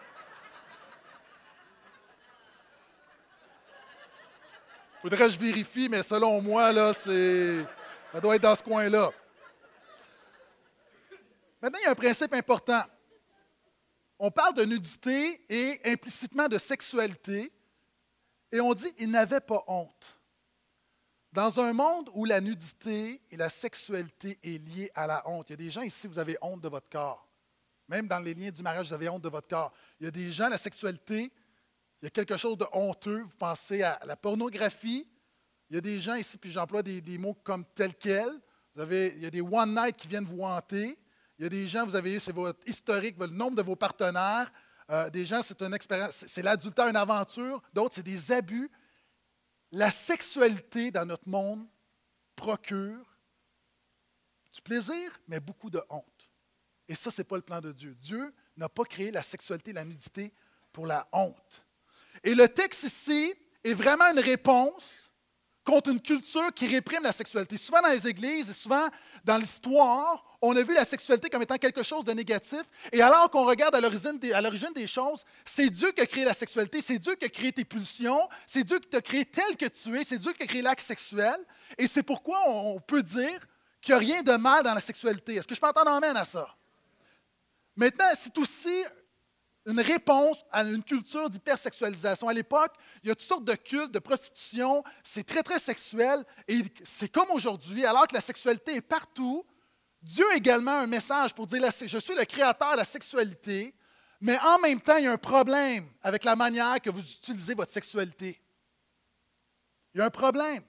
[SPEAKER 1] Faudrait que je vérifie, mais selon moi, là, ça doit être dans ce coin-là. Maintenant, il y a un principe important. On parle de nudité et implicitement de sexualité, et on dit il n'avait pas honte. Dans un monde où la nudité et la sexualité est liée à la honte, il y a des gens ici, vous avez honte de votre corps. Même dans les liens du mariage, vous avez honte de votre corps. Il y a des gens, la sexualité, il y a quelque chose de honteux. Vous pensez à la pornographie. Il y a des gens ici, puis j'emploie des mots comme tel quel. Il y a des one night qui viennent vous hanter. Il y a des gens, vous avez eu, c'est votre historique, le nombre de vos partenaires. Des gens, c'est une expérience, c'est l'adultère, une aventure. D'autres, c'est des abus. La sexualité dans notre monde procure du plaisir, mais beaucoup de honte. Et ça, ce n'est pas le plan de Dieu. Dieu n'a pas créé la sexualité, la nudité pour la honte. Et le texte ici est vraiment une réponse contre une culture qui réprime la sexualité. Souvent dans les églises et souvent dans l'histoire, on a vu la sexualité comme étant quelque chose de négatif. Et alors qu'on regarde à l'origine des choses, c'est Dieu qui a créé la sexualité, c'est Dieu qui a créé tes pulsions, c'est Dieu qui t'a créé tel que tu es, c'est Dieu qui a créé l'acte sexuel. Et c'est pourquoi on peut dire qu'il n'y a rien de mal dans la sexualité. Est-ce que je peux entendre amène à ça? Maintenant, c'est aussi une réponse à une culture d'hypersexualisation. À l'époque, il y a toutes sortes de cultes, de prostitution, c'est très, très sexuel. Et c'est comme aujourd'hui, alors que la sexualité est partout, Dieu a également un message pour dire « Je suis le créateur de la sexualité », mais en même temps, il y a un problème avec la manière que vous utilisez votre sexualité. Il y a un problème.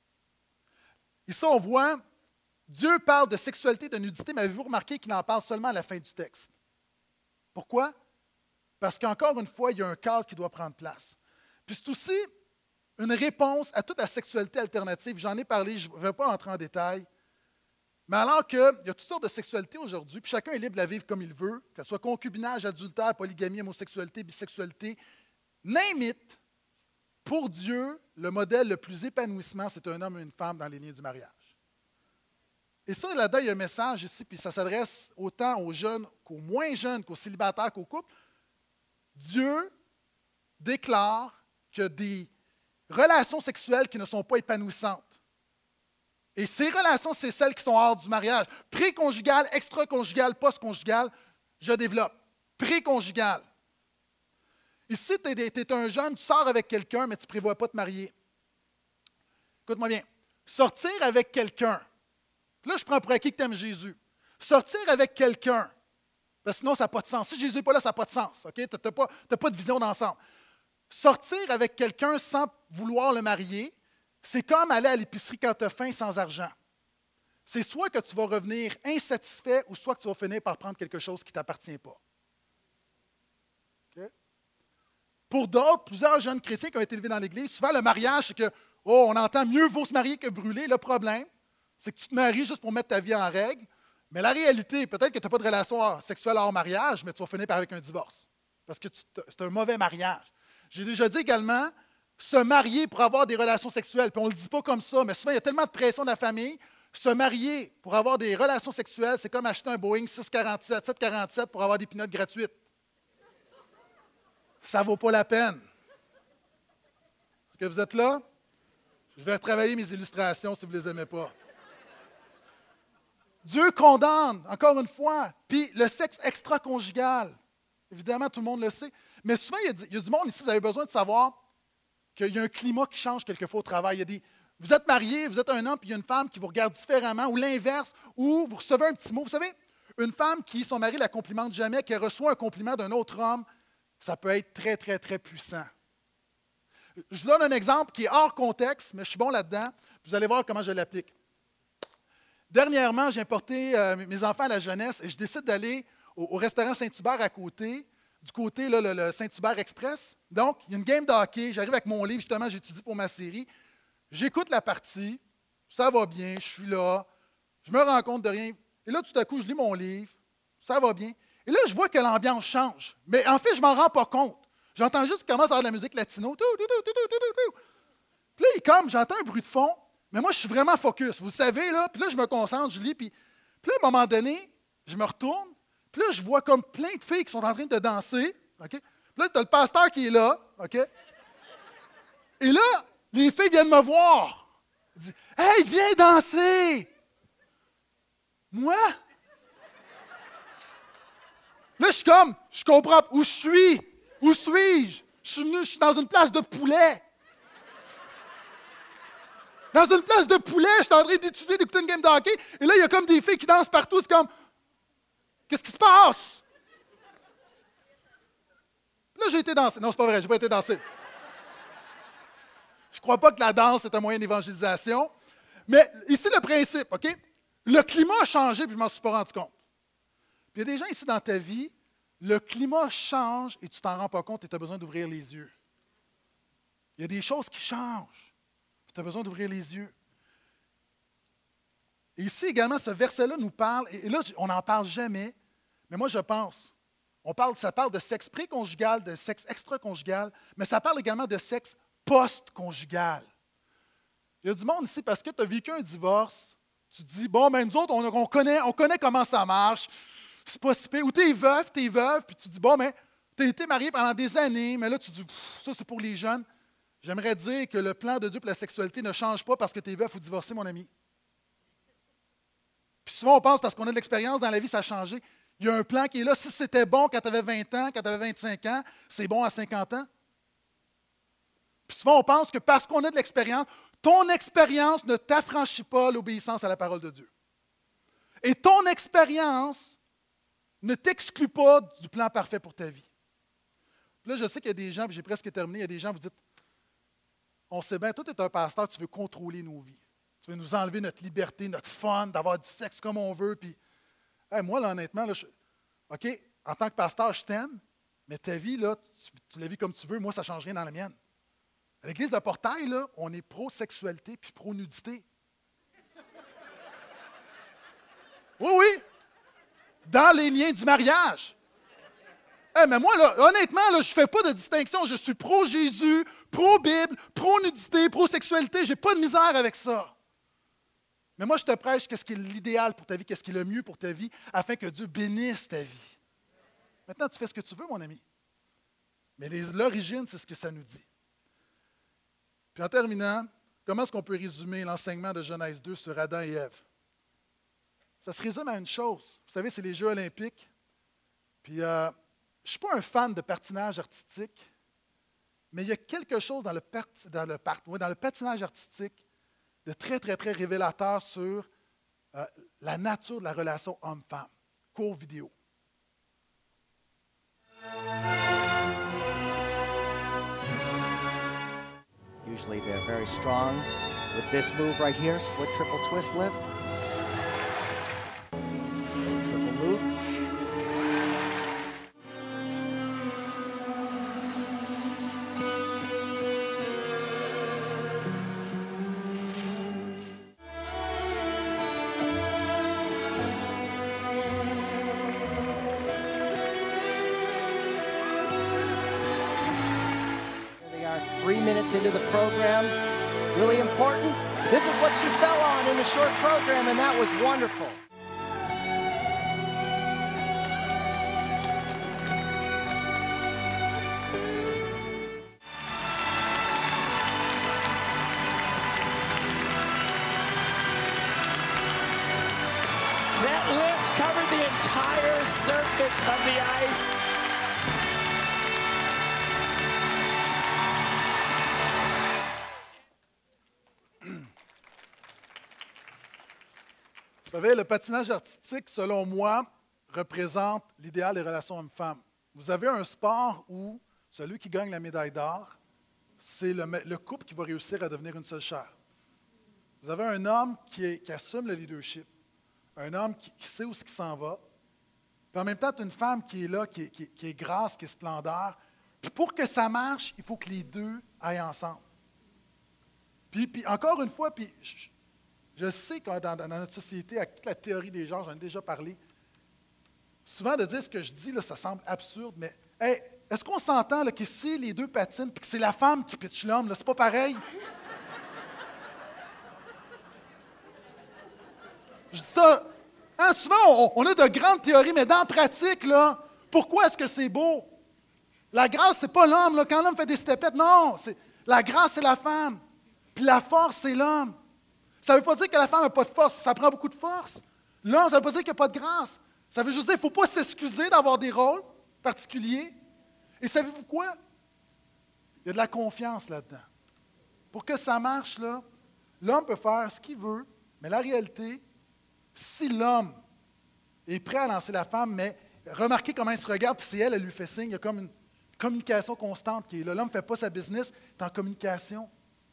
[SPEAKER 1] Ici, on voit, Dieu parle de sexualité, de nudité, mais avez-vous remarqué qu'il en parle seulement à la fin du texte? Pourquoi? Parce qu'encore une fois, il y a un cadre qui doit prendre place. Puis c'est aussi une réponse à toute la sexualité alternative. J'en ai parlé, je ne vais pas entrer en détail. Mais alors qu'il y a toutes sortes de sexualités aujourd'hui, puis chacun est libre de la vivre comme il veut, que ce soit concubinage, adultère, polygamie, homosexualité, bisexualité, name it, pour Dieu, le modèle le plus épanouissement, c'est un homme et une femme dans les liens du mariage. Et ça, là-dedans, il y a un message ici, puis ça s'adresse autant aux jeunes qu'aux moins jeunes, qu'aux célibataires, qu'aux couples. Dieu déclare qu'il y a des relations sexuelles qui ne sont pas épanouissantes. Et ces relations, c'est celles qui sont hors du mariage. Pré-conjugal, extra-conjugal, post-conjugal, je développe. Pré-conjugal. Ici, tu es un jeune, tu sors avec quelqu'un, mais tu ne prévois pas de te marier. Écoute-moi bien. Sortir avec quelqu'un. Là, je prends pour acquis que tu aimes Jésus. Sortir avec quelqu'un. Parce que sinon, ça n'a pas de sens. Si Jésus n'est pas là, ça n'a pas de sens. Okay? Tu n'as pas de vision d'ensemble. Sortir avec quelqu'un sans vouloir le marier, c'est comme aller à l'épicerie quand tu as faim sans argent. C'est soit que tu vas revenir insatisfait ou soit que tu vas finir par prendre quelque chose qui ne t'appartient pas. Okay? Pour d'autres, plusieurs jeunes chrétiens qui ont été élevés dans l'Église, souvent le mariage, c'est que, oh, on entend mieux vaut se marier que brûler. Le problème, c'est que tu te maries juste pour mettre ta vie en règle. Mais la réalité, peut-être que tu n'as pas de relation sexuelle hors mariage, mais tu vas finir par avec un divorce. Parce que c'est un mauvais mariage. J'ai déjà dit également, se marier pour avoir des relations sexuelles, puis on ne le dit pas comme ça, mais souvent il y a tellement de pression de la famille, se marier pour avoir des relations sexuelles, c'est comme acheter un Boeing 647, 747 pour avoir des pinottes gratuites. ça ne vaut pas la peine. Est-ce que vous êtes là? Je vais retravailler mes illustrations si vous ne les aimez pas. Dieu condamne, encore une fois. Puis le sexe extra-conjugal, évidemment, tout le monde le sait. Mais souvent, il y a du monde ici, vous avez besoin de savoir qu'il y a un climat qui change quelquefois au travail. Vous êtes marié, vous êtes un homme, puis il y a une femme qui vous regarde différemment, ou l'inverse, ou vous recevez un petit mot. Vous savez, une femme qui, son mari ne la complimente jamais, qui reçoit un compliment d'un autre homme, ça peut être très, très, très puissant. Je vous donne un exemple qui est hors contexte, mais je suis bon là-dedans. Vous allez voir comment je l'applique. Dernièrement, j'ai importé mes enfants à la jeunesse et je décide d'aller au restaurant Saint-Hubert à côté, du côté, là, le Saint-Hubert Express. Donc, il y a une game de hockey. J'arrive avec mon livre, justement, j'étudie pour ma série. J'écoute la partie, ça va bien, je suis là, je me rends compte de rien. Et là, tout à coup, je lis mon livre, ça va bien. Et là, je vois que l'ambiance change. Mais en fait, je ne m'en rends pas compte. J'entends juste qu'il commence à avoir de la musique latino. Puis là, j'entends un bruit de fond, mais moi, je suis vraiment focus. Vous le savez, là. Puis là, je me concentre, je lis. Puis là, à un moment donné, je me retourne. Puis là, je vois comme plein de filles qui sont en train de danser. Okay? Puis là, tu as le pasteur qui est là. Okay? Et là, les filles viennent me voir. Elles disent « Hey, viens danser! » Moi? Là, je suis comme, je comprends où je suis. Où suis-je? Je suis dans une place de poulet. Dans une place de poulet, je suis en train d'étudier, d'écouter une game de hockey. Et là, il y a comme des filles qui dansent partout. C'est comme, qu'est-ce qui se passe? Là, j'ai été danser. Non, c'est pas vrai, j'ai pas été danser. Je ne crois pas que la danse est un moyen d'évangélisation. Mais ici, le principe, OK? Le climat a changé, puis je ne m'en suis pas rendu compte. Puis il y a des gens ici dans ta vie, le climat change et tu ne t'en rends pas compte et tu as besoin d'ouvrir les yeux. Il y a des choses qui changent. Tu as besoin d'ouvrir les yeux. Et ici également, ce verset-là nous parle, et là, on n'en parle jamais, mais moi je pense, ça parle de sexe préconjugal, de sexe extra-conjugal, mais ça parle également de sexe post-conjugal. Il y a du monde ici, parce que tu as vécu un divorce, tu te dis, bon, ben nous autres, on connaît comment ça marche, c'est pas si pire. Ou tu es veuve, puis tu dis, bon, mais tu as été marié pendant des années, mais là, tu dis, ça, c'est pour les jeunes. J'aimerais dire que le plan de Dieu pour la sexualité ne change pas parce que tu es veuf ou divorcé, mon ami. Puis souvent, on pense parce qu'on a de l'expérience dans la vie, ça a changé. Il y a un plan qui est là. Si c'était bon quand tu avais 20 ans, quand tu avais 25 ans, c'est bon à 50 ans. Puis souvent, on pense que parce qu'on a de l'expérience, ton expérience ne t'affranchit pas l'obéissance à la parole de Dieu. Et ton expérience ne t'exclut pas du plan parfait pour ta vie. Puis là, je sais qu'il y a des gens, puis j'ai presque terminé, il y a des gens, vous dites, on sait bien, toi, tu es un pasteur, tu veux contrôler nos vies. Tu veux nous enlever notre liberté, notre fun, d'avoir du sexe comme on veut. Puis, moi, là, honnêtement, là, OK, en tant que pasteur, je t'aime, mais ta vie, là, tu la vis comme tu veux. Moi, ça ne change rien dans la mienne. À l'Église de Portail, là, on est pro-sexualité puis pro-nudité. Oui, oui. Dans les liens du mariage. Mais moi, là, honnêtement, là, je ne fais pas de distinction. Je suis pro-Jésus, pro-Bible, pro-nudité, pro-sexualité. Je n'ai pas de misère avec ça. Mais moi, je te prêche qu'est-ce qui est l'idéal pour ta vie, qu'est-ce qui est le mieux pour ta vie, afin que Dieu bénisse ta vie. Maintenant, tu fais ce que tu veux, mon ami. Mais l'origine, c'est ce que ça nous dit. Puis en terminant, comment est-ce qu'on peut résumer l'enseignement de Genèse 2 sur Adam et Ève? Ça se résume à une chose. Vous savez, c'est les Jeux olympiques. Puis, je ne suis pas un fan de patinage artistique, mais il y a quelque chose dans le patinage artistique de très, très, très révélateur sur la nature de la relation homme-femme. Court vidéo.
[SPEAKER 3] Usually they're very strong with this move right here, split triple twist lift. Triple loop. Here they are, 3 minutes into the program. Really important. This is what she fell on in the short program, and that was wonderful. surface of the ice.
[SPEAKER 1] Vous savez, le patinage artistique, selon moi, représente l'idéal des relations hommes-femmes. Vous avez un sport où celui qui gagne la médaille d'or, c'est le couple qui va réussir à devenir une seule chair. Vous avez un homme qui assume le leadership, un homme qui sait où il s'en va, puis en même temps, tu as une femme qui est là, qui est grasse, qui est splendeur. Puis pour que ça marche, il faut que les deux aillent ensemble. Puis encore une fois, puis je sais que dans notre société, avec toute la théorie des genres, j'en ai déjà parlé, souvent de dire ce que je dis, là, ça semble absurde, mais hey, est-ce qu'on s'entend là, que si les deux patinent et que c'est la femme qui pitche l'homme, c'est pas pareil? Je dis ça, hein, souvent on a de grandes théories, mais dans la pratique, là, pourquoi est-ce que c'est beau? La grâce, c'est pas l'homme. Là. Quand l'homme fait des stepettes, non, la grâce, c'est la femme. Puis la force, c'est l'homme. Ça ne veut pas dire que la femme n'a pas de force, ça prend beaucoup de force. L'homme, ça ne veut pas dire qu'il n'y a pas de grâce. Ça veut juste dire qu'il ne faut pas s'excuser d'avoir des rôles particuliers. Et savez-vous quoi? Il y a de la confiance là-dedans. Pour que ça marche, là, l'homme peut faire ce qu'il veut, mais la réalité, si l'homme est prêt à lancer la femme, mais remarquez comment il se regarde, puis c'est elle lui fait signe, il y a comme une communication constante qui est là. L'homme ne fait pas sa business, il est en communication.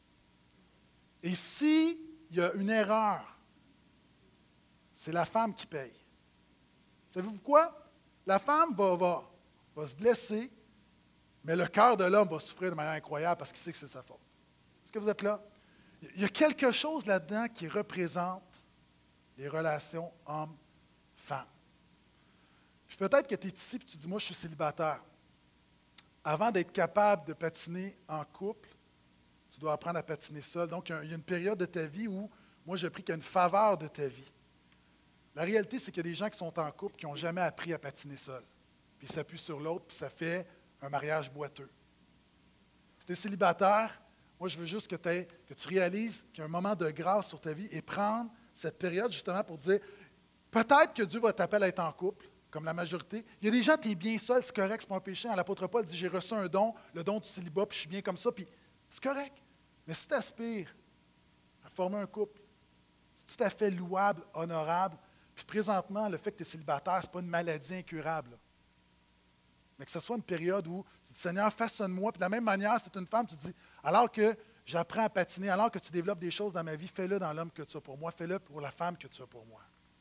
[SPEAKER 1] Et s'il y a une erreur, c'est la femme qui paye. Savez-vous quoi? La femme va se blesser, mais le cœur de l'homme va souffrir de manière incroyable parce qu'il sait que c'est sa faute. Est-ce que vous êtes là? Il y a quelque chose là-dedans qui représente les relations hommes-femmes. Puis peut-être que tu es ici et tu dis, moi, je suis célibataire. Avant d'être capable de patiner en couple, tu dois apprendre à patiner seul. Donc, il y a une période de ta vie où, moi, j'ai appris qu'il y a une faveur de ta vie. La réalité, c'est qu'il y a des gens qui sont en couple qui n'ont jamais appris à patiner seul. Puis ils s'appuient sur l'autre, puis ça fait un mariage boiteux. Si tu es célibataire, moi, je veux juste que tu réalises qu'il y a un moment de grâce sur ta vie et prendre cette période justement pour dire, peut-être que Dieu va t'appeler à être en couple, comme la majorité. Il y a des gens, tu es bien seul, c'est correct, c'est pas un péché. L'apôtre Paul dit, j'ai reçu un don, le don du célibat, puis je suis bien comme ça, puis c'est correct. Mais si tu aspires à former un couple, c'est tout à fait louable, honorable. Puis présentement, le fait que tu es célibataire, ce n'est pas une maladie incurable. Là. Mais que ce soit une période où tu dis, Seigneur, façonne-moi. Puis de la même manière, si tu es une femme, tu dis, alors que j'apprends à patiner, alors que tu développes des choses dans ma vie, fais-le dans l'homme que tu as pour moi, fais-le pour la femme que tu as pour moi.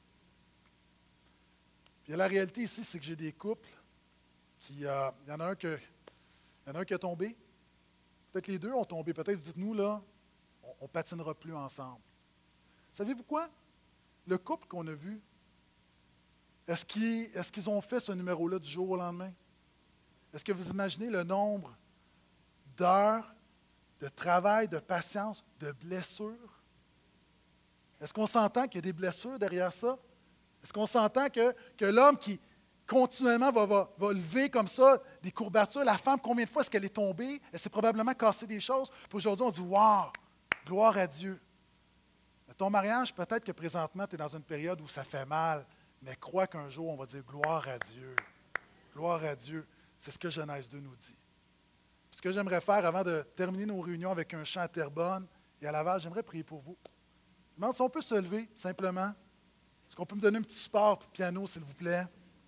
[SPEAKER 1] Puis la réalité ici, c'est que j'ai des couples il y en a un qui a tombé. Peut-être les deux ont tombé. Peut-être, vous dites-nous, là, on ne patinera plus ensemble. Savez-vous quoi? Le couple qu'on a vu, est-ce qu'ils ont fait ce numéro-là du jour au lendemain? Est-ce que vous imaginez le nombre d'heures de travail, de patience, de blessures? Est-ce qu'on s'entend qu'il y a des blessures derrière ça? Est-ce qu'on s'entend que l'homme qui continuellement va lever comme ça des courbatures, la femme, combien de fois est-ce qu'elle est tombée? Elle s'est probablement cassé des choses. Puis aujourd'hui, on dit « Wow! Gloire à Dieu! » Ton mariage, peut-être que présentement, tu es dans une période où ça fait mal, mais crois qu'un jour, on va dire « Gloire à Dieu! » Gloire à Dieu! C'est ce que Genèse 2 nous dit. Puis ce que j'aimerais faire avant de terminer nos réunions avec un chant à Terrebonne et à Laval, j'aimerais prier pour vous. Je demande si on peut se lever, simplement. Est-ce qu'on peut me donner un petit support pour le piano, s'il vous plaît?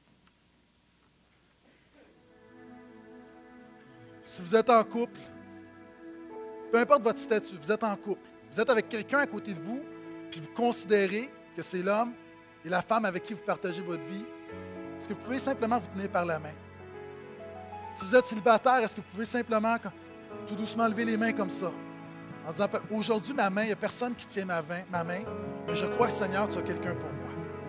[SPEAKER 1] Si vous êtes en couple, peu importe votre statut, vous êtes en couple, vous êtes avec quelqu'un à côté de vous, puis vous considérez que c'est l'homme et la femme avec qui vous partagez votre vie, est-ce que vous pouvez simplement vous tenir par la main? Si vous êtes célibataire, est-ce que vous pouvez simplement, tout doucement, lever les mains comme ça? En disant, aujourd'hui, ma main, il n'y a personne qui tient ma main, mais je crois, Seigneur, tu as quelqu'un pour moi.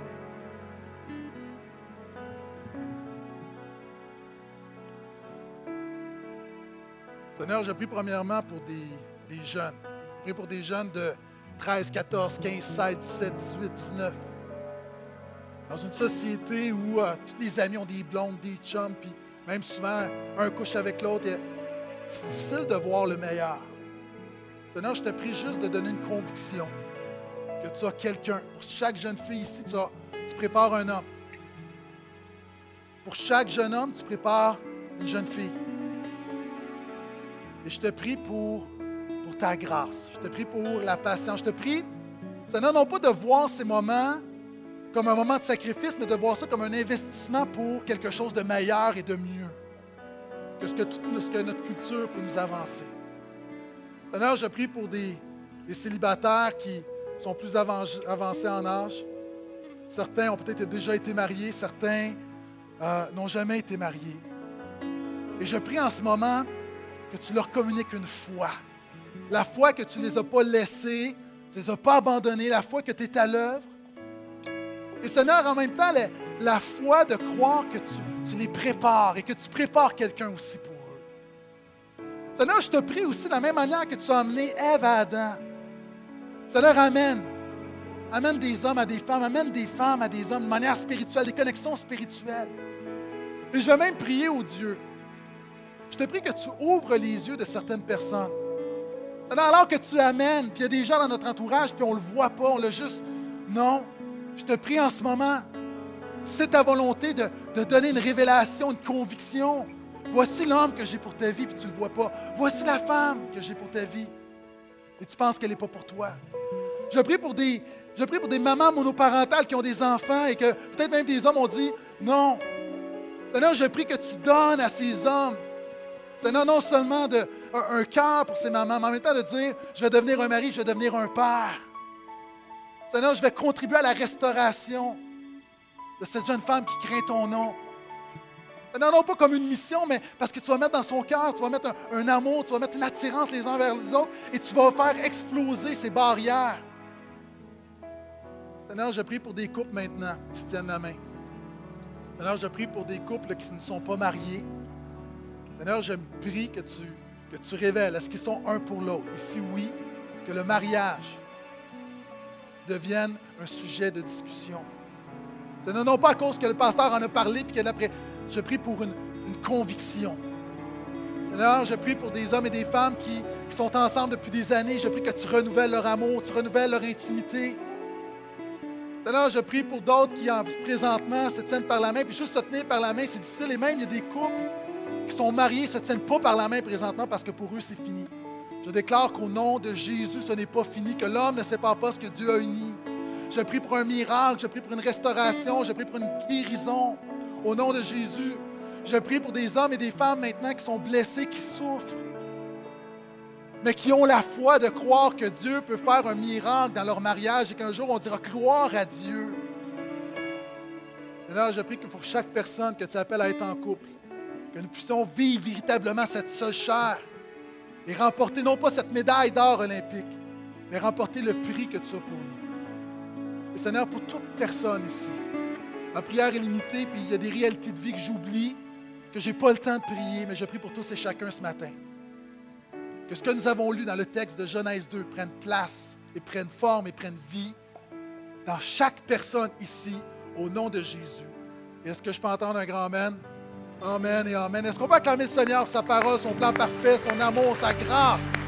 [SPEAKER 1] Seigneur, je prie premièrement pour des jeunes. Je prie pour des jeunes de 13, 14, 15, 16, 17, 18, 19. Dans une société où tous les amis ont des blondes, des chums, puis même souvent, un couche avec l'autre. C'est difficile de voir le meilleur. Seigneur, je te prie juste de donner une conviction que tu as quelqu'un. Pour chaque jeune fille ici, tu prépares un homme. pour chaque jeune homme, tu prépares une jeune fille. Et je te prie pour ta grâce. Je te prie pour la patience. Je te prie, Seigneur, non pas de voir ces moments comme un moment de sacrifice, mais de voir ça comme un investissement pour quelque chose de meilleur et de mieux que ce que notre culture peut nous avancer. Seigneur, je prie pour des célibataires qui sont plus avancés en âge. Certains ont peut-être déjà été mariés, certains n'ont jamais été mariés. Et je prie en ce moment que tu leur communiques une foi. La foi que tu ne les as pas laissés, tu ne les as pas abandonnés, la foi que tu es à l'œuvre. Et Seigneur, en même temps, la foi de croire que tu les prépares et que tu prépares quelqu'un aussi pour eux. Seigneur, je te prie aussi de la même manière que tu as amené Ève à Adam. Seigneur, amène. Amène des hommes à des femmes, amène des femmes à des hommes de manière spirituelle, des connexions spirituelles. Et je vais même prier au Dieu. Je te prie que tu ouvres les yeux de certaines personnes. Alors que tu amènes, puis il y a des gens dans notre entourage, puis on ne le voit pas, on l'a juste... Non, je te prie en ce moment, c'est ta volonté de donner une révélation, une conviction. Voici l'homme que j'ai pour ta vie, puis tu ne le vois pas. Voici la femme que j'ai pour ta vie, et tu penses qu'elle n'est pas pour toi. Je prie pour des mamans monoparentales qui ont des enfants et que peut-être même des hommes ont dit non. Seigneur, je prie que tu donnes à ces hommes, Seigneur, non seulement un cœur pour ces mamans, mais en même temps de dire, je vais devenir un mari, je vais devenir un père. Seigneur, je vais contribuer à la restauration de cette jeune femme qui craint ton nom. Seigneur, non pas comme une mission, mais parce que tu vas mettre dans son cœur, tu vas mettre un amour, tu vas mettre une attirance les uns vers les autres et tu vas faire exploser ces barrières. Seigneur, je prie pour des couples maintenant qui se tiennent la main. Seigneur, je prie pour des couples qui ne sont pas mariés. Seigneur, je prie que tu révèles, est-ce qu'ils sont un pour l'autre? Et si oui, que le mariage devienne un sujet de discussion. Seigneur, non pas à cause que le pasteur en a parlé, puis qu'après, je prie pour une conviction. Seigneur, je prie pour des hommes et des femmes qui sont ensemble depuis des années. Je prie que tu renouvelles leur amour, tu renouvelles leur intimité. Seigneur, je prie pour d'autres qui, présentement, se tiennent par la main, puis juste se tenir par la main, c'est difficile. Et même, il y a des couples qui sont mariés, ne se tiennent pas par la main présentement parce que pour eux, c'est fini. Je déclare qu'au nom de Jésus, ce n'est pas fini, que l'homme ne sépare pas ce que Dieu a uni. Je prie pour un miracle, je prie pour une restauration, je prie pour une guérison. Au nom de Jésus, je prie pour des hommes et des femmes maintenant qui sont blessés, qui souffrent, mais qui ont la foi de croire que Dieu peut faire un miracle dans leur mariage et qu'un jour on dira gloire à Dieu. Et là, je prie que pour chaque personne que tu appelles à être en couple, que nous puissions vivre véritablement cette seule chair et remporter non pas cette médaille d'or olympique, mais remporter le prix que tu as pour nous. Et Seigneur, pour toute personne ici, ma prière est limitée, puis il y a des réalités de vie que j'oublie, que je n'ai pas le temps de prier, mais je prie pour tous et chacun ce matin. Que ce que nous avons lu dans le texte de Genèse 2 prenne place et prenne forme et prenne vie dans chaque personne ici, au nom de Jésus. Et est-ce que je peux entendre un grand amen? Amen et amen. Est-ce qu'on peut acclamer le Seigneur pour sa parole, son plan parfait, son amour, sa grâce?